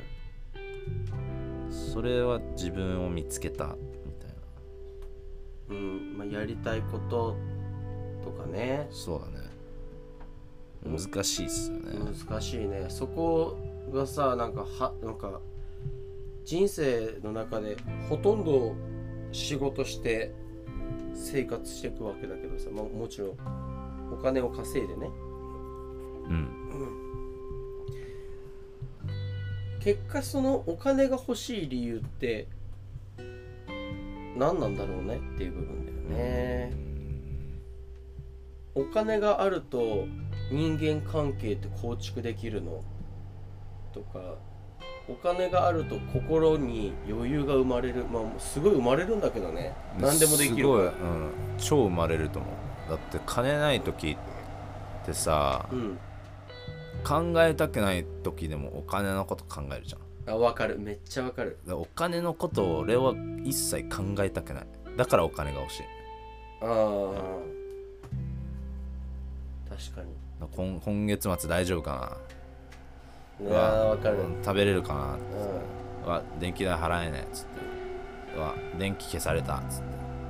[SPEAKER 2] それは自分を見つけたみたいな。
[SPEAKER 1] うん、うん、まあ、やりたいこととかね。
[SPEAKER 2] そうだね。難しいっすよね。
[SPEAKER 1] 難しいね。そこがさ、なんかはなんか人生の中でほとんど仕事して生活していくわけだけどさ、まあ、もちろんお金を稼いでね、
[SPEAKER 2] うん、
[SPEAKER 1] うん、結果そのお金が欲しい理由って何なんだろうねっていう部分だよね。お金があると人間関係って構築できるのとか、お金があると心に余裕が生まれる。まあすごい生まれるんだけどね、何でもできるから。
[SPEAKER 2] すごい、うん、超生まれると思う。だって金ない時ってさ、
[SPEAKER 1] うん、
[SPEAKER 2] 考えたくない時でもお金のこと考えるじゃん。
[SPEAKER 1] あ、わかる、めっちゃわかる。
[SPEAKER 2] お金のことを俺は一切考えたくない。だからお金が欲しい。
[SPEAKER 1] ああ、確かに。
[SPEAKER 2] 今, 今月末大丈夫か
[SPEAKER 1] な。いやー、わかる。
[SPEAKER 2] 食べれるかな、
[SPEAKER 1] うん、
[SPEAKER 2] わ電気代払えねえっつって、わ電気消されたっつって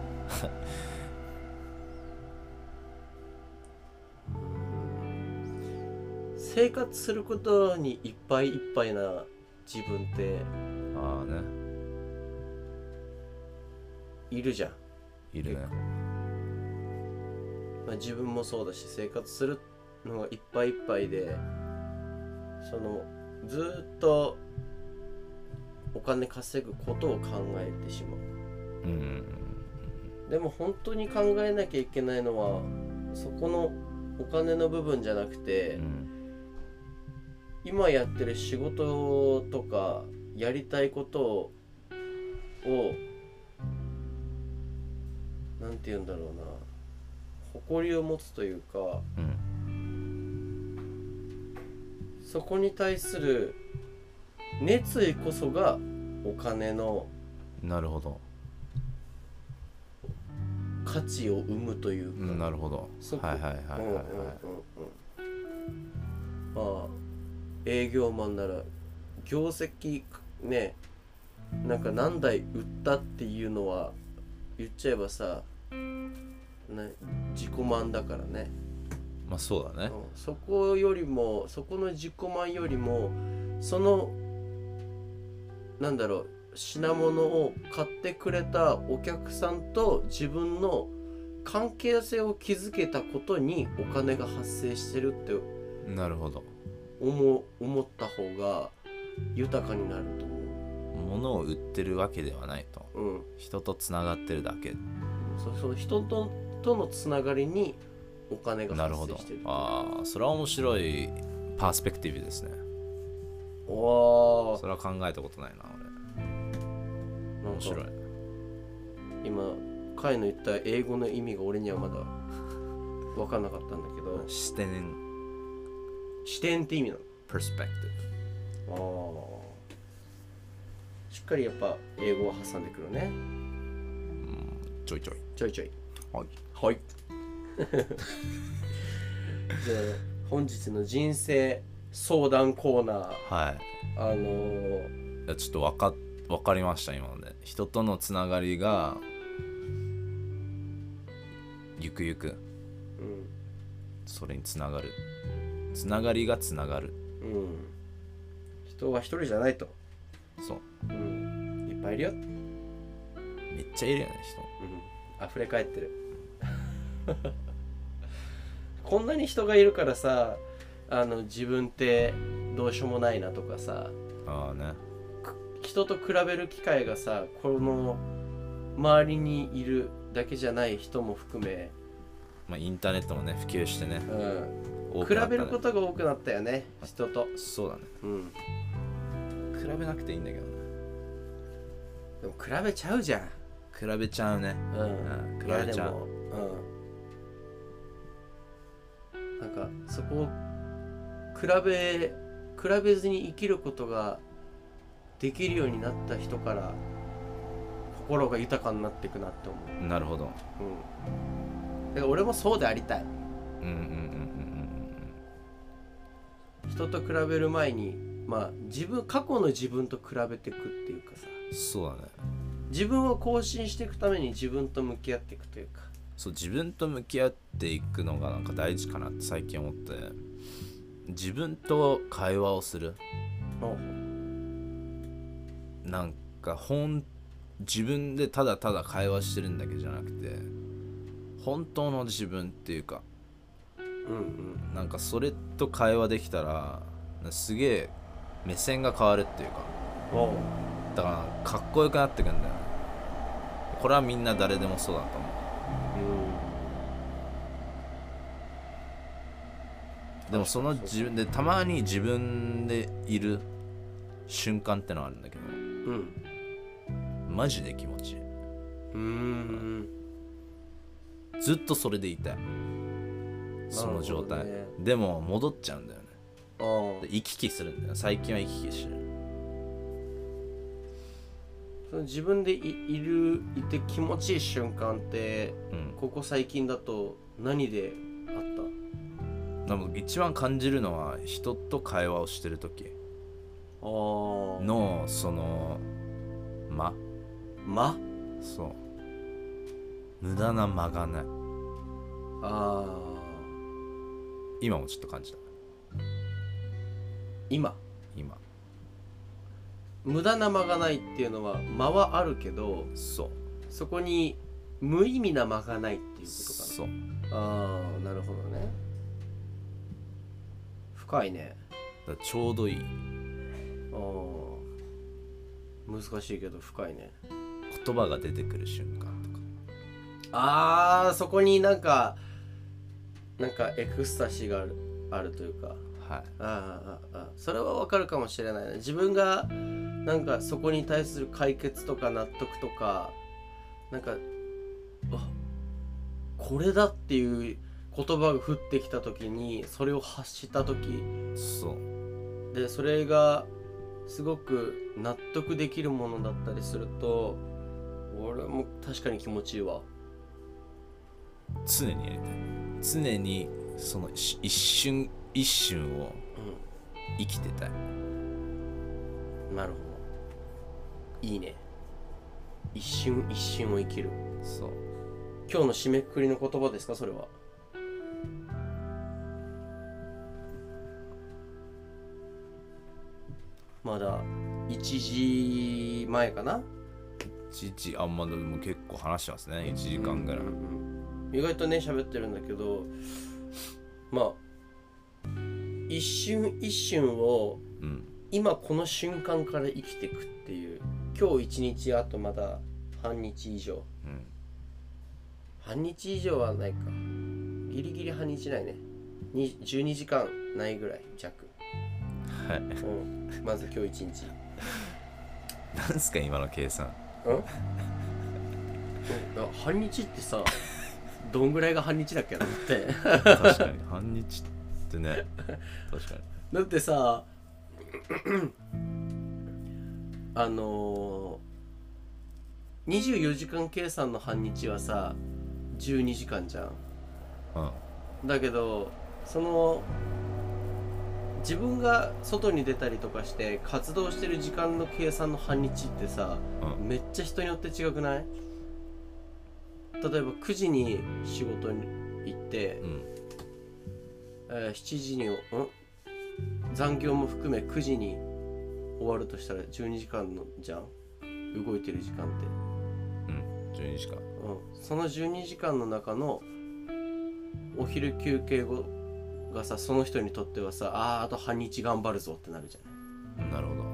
[SPEAKER 1] 生活することにいっぱいいっぱいな自分って
[SPEAKER 2] ああね、
[SPEAKER 1] いるじゃん。
[SPEAKER 2] いるね。
[SPEAKER 1] まあ、自分もそうだし、生活するのがいっぱいいっぱいで、そのずっとお金稼ぐことを考えてしまう。
[SPEAKER 2] うん、
[SPEAKER 1] でも本当に考えなきゃいけないのはそこのお金の部分じゃなくて、
[SPEAKER 2] うん、
[SPEAKER 1] 今やってる仕事とかやりたいことをなんて言うんだろうな、誇りを持つというか、
[SPEAKER 2] うん、
[SPEAKER 1] そこに対する熱意こそがお金の
[SPEAKER 2] なるほど、
[SPEAKER 1] 価値を生むというか、
[SPEAKER 2] うん、なるほど、
[SPEAKER 1] そこ
[SPEAKER 2] はいはいはいはいはい、
[SPEAKER 1] うんうんうんうん、まあ営業マンなら業績ね、なんか何台売ったっていうのは言っちゃえばさ、ね、自己満だからね。
[SPEAKER 2] まあそうだね、
[SPEAKER 1] うん、そこよりもそこの自己満よりもそのなんだろう、品物を買ってくれたお客さんと自分の関係性を築けたことにお金が発生してるって
[SPEAKER 2] なるほど、
[SPEAKER 1] 思思った方が豊かになると思う。
[SPEAKER 2] 物を売ってるわけではないと、
[SPEAKER 1] うん、
[SPEAKER 2] 人とつながってるだけ。
[SPEAKER 1] そうそう、人ととのつながりにお金が
[SPEAKER 2] なるほど
[SPEAKER 1] 発生してる。
[SPEAKER 2] ああ、それは面白いパースペクティブですね。
[SPEAKER 1] おお、
[SPEAKER 2] それは考えたことないな俺。面白い。
[SPEAKER 1] 今カイの言った英語の意味が俺にはまだ分かんなかったんだけど、
[SPEAKER 2] 視点、
[SPEAKER 1] 視点って意味なの。
[SPEAKER 2] パースペクティブ。
[SPEAKER 1] ああ、しっかりやっぱ英語を挟んでくるね。
[SPEAKER 2] うん、ちょいちょい
[SPEAKER 1] ちょいちょい。
[SPEAKER 2] はい
[SPEAKER 1] はいじゃあ本日の人生相談コーナー、
[SPEAKER 2] はい、
[SPEAKER 1] あのー、
[SPEAKER 2] いやちょっと分か分かりました今ので。人とのつながりがゆくゆく、
[SPEAKER 1] うん、
[SPEAKER 2] それにつながる、つながりがつながる、
[SPEAKER 1] うん、人は一人じゃないと。
[SPEAKER 2] そう、
[SPEAKER 1] うん、いっぱいいるよ。
[SPEAKER 2] めっちゃいるよね
[SPEAKER 1] うん、溢れ返ってるこんなに人がいるからさ、あの自分ってどうしようもないなとかさ、
[SPEAKER 2] 人。ああね、
[SPEAKER 1] 人と比べる機会がさ、この周りにいるだけじゃない人も含め、
[SPEAKER 2] まあ、インターネットもね普及してね、
[SPEAKER 1] うん、
[SPEAKER 2] 多くなった、ね、
[SPEAKER 1] 比べることが多くなったよね、人と。
[SPEAKER 2] そうだね。
[SPEAKER 1] うん
[SPEAKER 2] 比べなくていいんだけどね。
[SPEAKER 1] でも比べちゃうじゃん。
[SPEAKER 2] 比べちゃうね。
[SPEAKER 1] うん、
[SPEAKER 2] うん、比べちゃう。
[SPEAKER 1] うん、なんかそこを比べ比べずに生きることができるようになった人から心が豊かになっていくなって思う。
[SPEAKER 2] なるほど。
[SPEAKER 1] うん、だから俺もそうでありたい。
[SPEAKER 2] うんうんうんうん
[SPEAKER 1] 人と比べる前に、まあ自分過去の自分と比べていくっていうかさ、
[SPEAKER 2] うん。そうだね。
[SPEAKER 1] 自分を更新していくために自分と向き合っていくというか。
[SPEAKER 2] そう、自分と向き合っていくのがなんか大事かなって最近思って、自分と会話をする。なんか本自分でただただ会話してるんだけじゃなくて、本当の自分っていうか、
[SPEAKER 1] うんうん、
[SPEAKER 2] なんかそれと会話できたらすげえ目線が変わるっていうか、
[SPEAKER 1] おう
[SPEAKER 2] だからかっこよくなってくんだよね。これはみんな誰でもそうだと思う。
[SPEAKER 1] うん、
[SPEAKER 2] でもその自分でたまに自分でいる瞬間ってのはあるんだけど、
[SPEAKER 1] うん、
[SPEAKER 2] マジで気持ちいい。
[SPEAKER 1] うーん、
[SPEAKER 2] ずっとそれでいたい、その状態、
[SPEAKER 1] ね、
[SPEAKER 2] でも戻っちゃうんだよね。
[SPEAKER 1] あ
[SPEAKER 2] で行き来するんだよ。最近は行き来してる。
[SPEAKER 1] その自分で い, いるいて気持ちいい瞬間って、
[SPEAKER 2] うん、
[SPEAKER 1] ここ最近だと何であっ
[SPEAKER 2] でも一番感じるのは人と会話をしてる時
[SPEAKER 1] た？あ
[SPEAKER 2] のその間
[SPEAKER 1] 間
[SPEAKER 2] そう無駄な間がない。
[SPEAKER 1] あ
[SPEAKER 2] 今もちょっと感じた。
[SPEAKER 1] 今
[SPEAKER 2] 今
[SPEAKER 1] 無駄な間がないっていうのは間はあるけど、
[SPEAKER 2] そう
[SPEAKER 1] そこに無意味な間がないっていうことかな。
[SPEAKER 2] そう
[SPEAKER 1] ああ、なるほどね。深いね。
[SPEAKER 2] だからちょうどいい。
[SPEAKER 1] ああ、難しいけど深いね。
[SPEAKER 2] 言葉が出てくる瞬間とか。
[SPEAKER 1] ああ、そこになんかなんかエクスタシーがあるあるというか、
[SPEAKER 2] はい。
[SPEAKER 1] ああああ、それはわかるかもしれないね。自分がなんかそこに対する解決とか納得とか、なんかあこれだっていう言葉が降ってきた時に、それを発した時
[SPEAKER 2] そう
[SPEAKER 1] で、それがすごく納得できるものだったりすると、俺も確かに気持ちいいわ。
[SPEAKER 2] 常にやりたい。常にその一瞬一瞬を生きてたい。
[SPEAKER 1] うん、なるほど。いいね。一瞬一瞬を生きる。
[SPEAKER 2] そう。
[SPEAKER 1] 今日の締めくくりの言葉ですか、それは？まだいちじまえかな。
[SPEAKER 2] いちじ、あんまでも結構話してますね。いちじかんぐらい、うん
[SPEAKER 1] うんうん、意外とね喋ってるんだけど、まあ一瞬一瞬を、うん、今この瞬間から生きていくっていう。今日一日、あとまだ半日以上、うん、半日以上はないか、ギリギリ半日ないね。じゅうにじかんないぐらい弱。
[SPEAKER 2] はい、
[SPEAKER 1] うん、まず今日一日
[SPEAKER 2] なんすか今の計算。
[SPEAKER 1] うん、うん、半日ってさどんぐらいが半日だっけなって
[SPEAKER 2] 確かに半日ってね、確かに。
[SPEAKER 1] だってさあのー、にじゅうよじかん計算の半日はさじゅうにじかんじゃん、うん、だけどその自分が外に出たりとかして活動してる時間の計算の半日ってさ、うん、めっちゃ人によって違くない？例えばくじに仕事に行って、うん、えー、しちじに、うん、残業も含めくじに終わるとしたらじゅうにじかんのじゃん、動いてる時間って。
[SPEAKER 2] うん、じゅうにじかん、うん、
[SPEAKER 1] そのじゅうにじかんの中のお昼休憩後がさ、その人にとってはさ、あーあと半日頑張るぞってなるじゃない。
[SPEAKER 2] なるほど。うん 、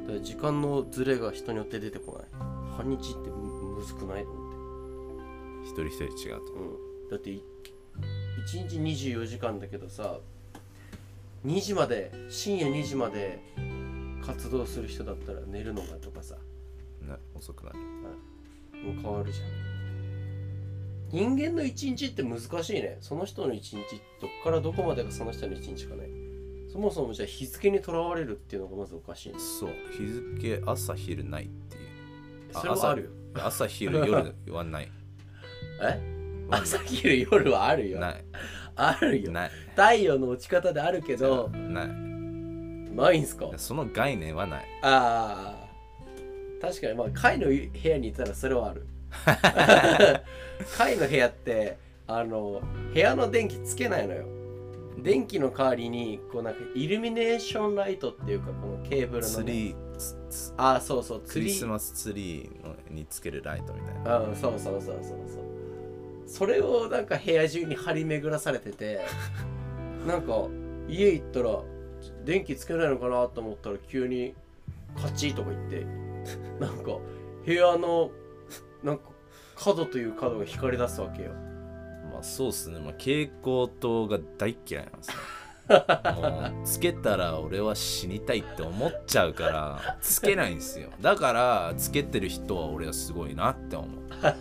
[SPEAKER 1] だから時間のズレが人によって出てこない。半日ってむずくないと思って。
[SPEAKER 2] 一人一人違うと、
[SPEAKER 1] うん、だっていちにちにじゅうよじかんだけどさ、にじまで深夜にじまで活動する人だったら寝るのがとかさ、
[SPEAKER 2] ね、遅くなる。
[SPEAKER 1] もう変わるじゃん。人間の一日って難しいね。その人の一日どっからどこまでがその人の一日かね。そもそもじゃあ日付にとらわれるっていうのがまずおかしいね。
[SPEAKER 2] そう、日付朝昼ないっていう。
[SPEAKER 1] それはあるよ。
[SPEAKER 2] 朝、朝昼夜はない。
[SPEAKER 1] え朝昼夜はあるよ。
[SPEAKER 2] ない。
[SPEAKER 1] あるよ。
[SPEAKER 2] ない。
[SPEAKER 1] 太陽の落ち方であるけど、
[SPEAKER 2] ない。
[SPEAKER 1] ないんすか？
[SPEAKER 2] その概念はない。
[SPEAKER 1] ああ、確かにまあ階の部屋にいたらそれはある。階の部屋ってあの部屋の電気つけないのよ。電気の代わりにこうなんかイルミネーションライトっていうかこのケーブルの、ね、
[SPEAKER 2] ツリー、
[SPEAKER 1] ああそうそう
[SPEAKER 2] クリスマスツリーのにつけるライトみたいな。
[SPEAKER 1] うんそうそうそうそうそう。それをなんか部屋中に張り巡らされてて、なんか家行ったら電気つけないのかなと思ったら急にカチッとか言ってなんか部屋のなんか角という角が光り出すわけよ。
[SPEAKER 2] まあそうっすね、まあ、蛍光灯が大嫌いなんですよ。もうつけたら俺は死にたいって思っちゃうからつけないんですよ。だからつけてる人は俺はすごいなって思う。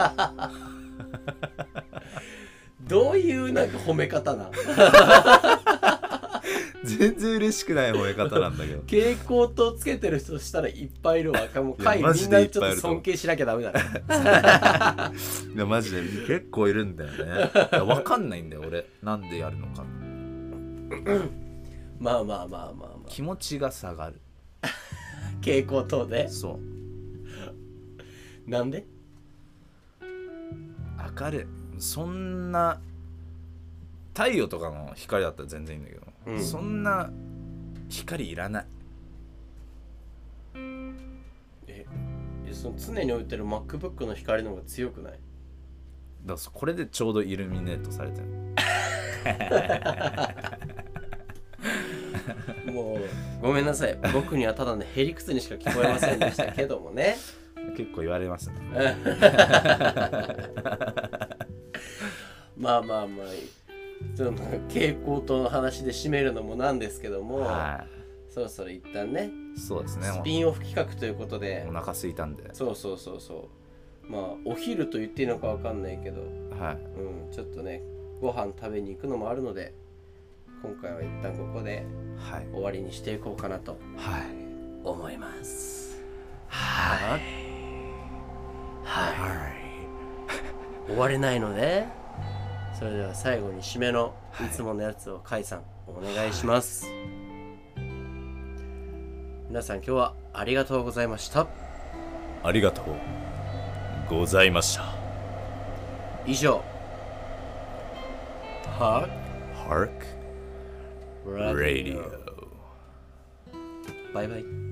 [SPEAKER 1] どういうなんか褒め方な
[SPEAKER 2] 全然嬉しくない褒め方なんだけど。
[SPEAKER 1] 蛍光灯つけてる人したらいっぱいいるわ。もう会みんなちょっと尊敬しなきゃダメだね。
[SPEAKER 2] いやマジで結構いるんだよね。わかんないんだよ俺なんでやるのか。
[SPEAKER 1] まあまあまあまあまあ
[SPEAKER 2] 気持ちが下がる。
[SPEAKER 1] 蛍光灯で。
[SPEAKER 2] そう
[SPEAKER 1] なんで
[SPEAKER 2] 明るい。そんな太陽とかの光だったら全然いいんだけど、うん、そんな光いらない。
[SPEAKER 1] えその常に置いてる MacBook の光の方が強くない？
[SPEAKER 2] だからこれでちょうどイルミネートされてる。
[SPEAKER 1] もうごめんなさい、僕にはただのへりくつにしか聞こえませんでしたけどもね。
[SPEAKER 2] 結構言われますね。
[SPEAKER 1] まあまあまあその蛍光灯の話で締めるのもなんですけども、はい、そろそろ一旦ね、
[SPEAKER 2] そうですね、
[SPEAKER 1] スピンオフ企画ということで
[SPEAKER 2] お腹空いたんで、
[SPEAKER 1] そうそうそうそう、まあお昼と言っていいのかわかんないけど、
[SPEAKER 2] はい、
[SPEAKER 1] うん、ちょっとねご飯食べに行くのもあるので今回は一旦ここで終わりにしていこうかなと思います。はいはい、はい、終われないので、それでは最後に締めのいつものやつをカイさんお願いします。はい、皆さん今日はありがとうございました。
[SPEAKER 2] ありがとうございました。
[SPEAKER 1] 以上、Hark
[SPEAKER 2] Hark Radio。
[SPEAKER 1] バイバイ。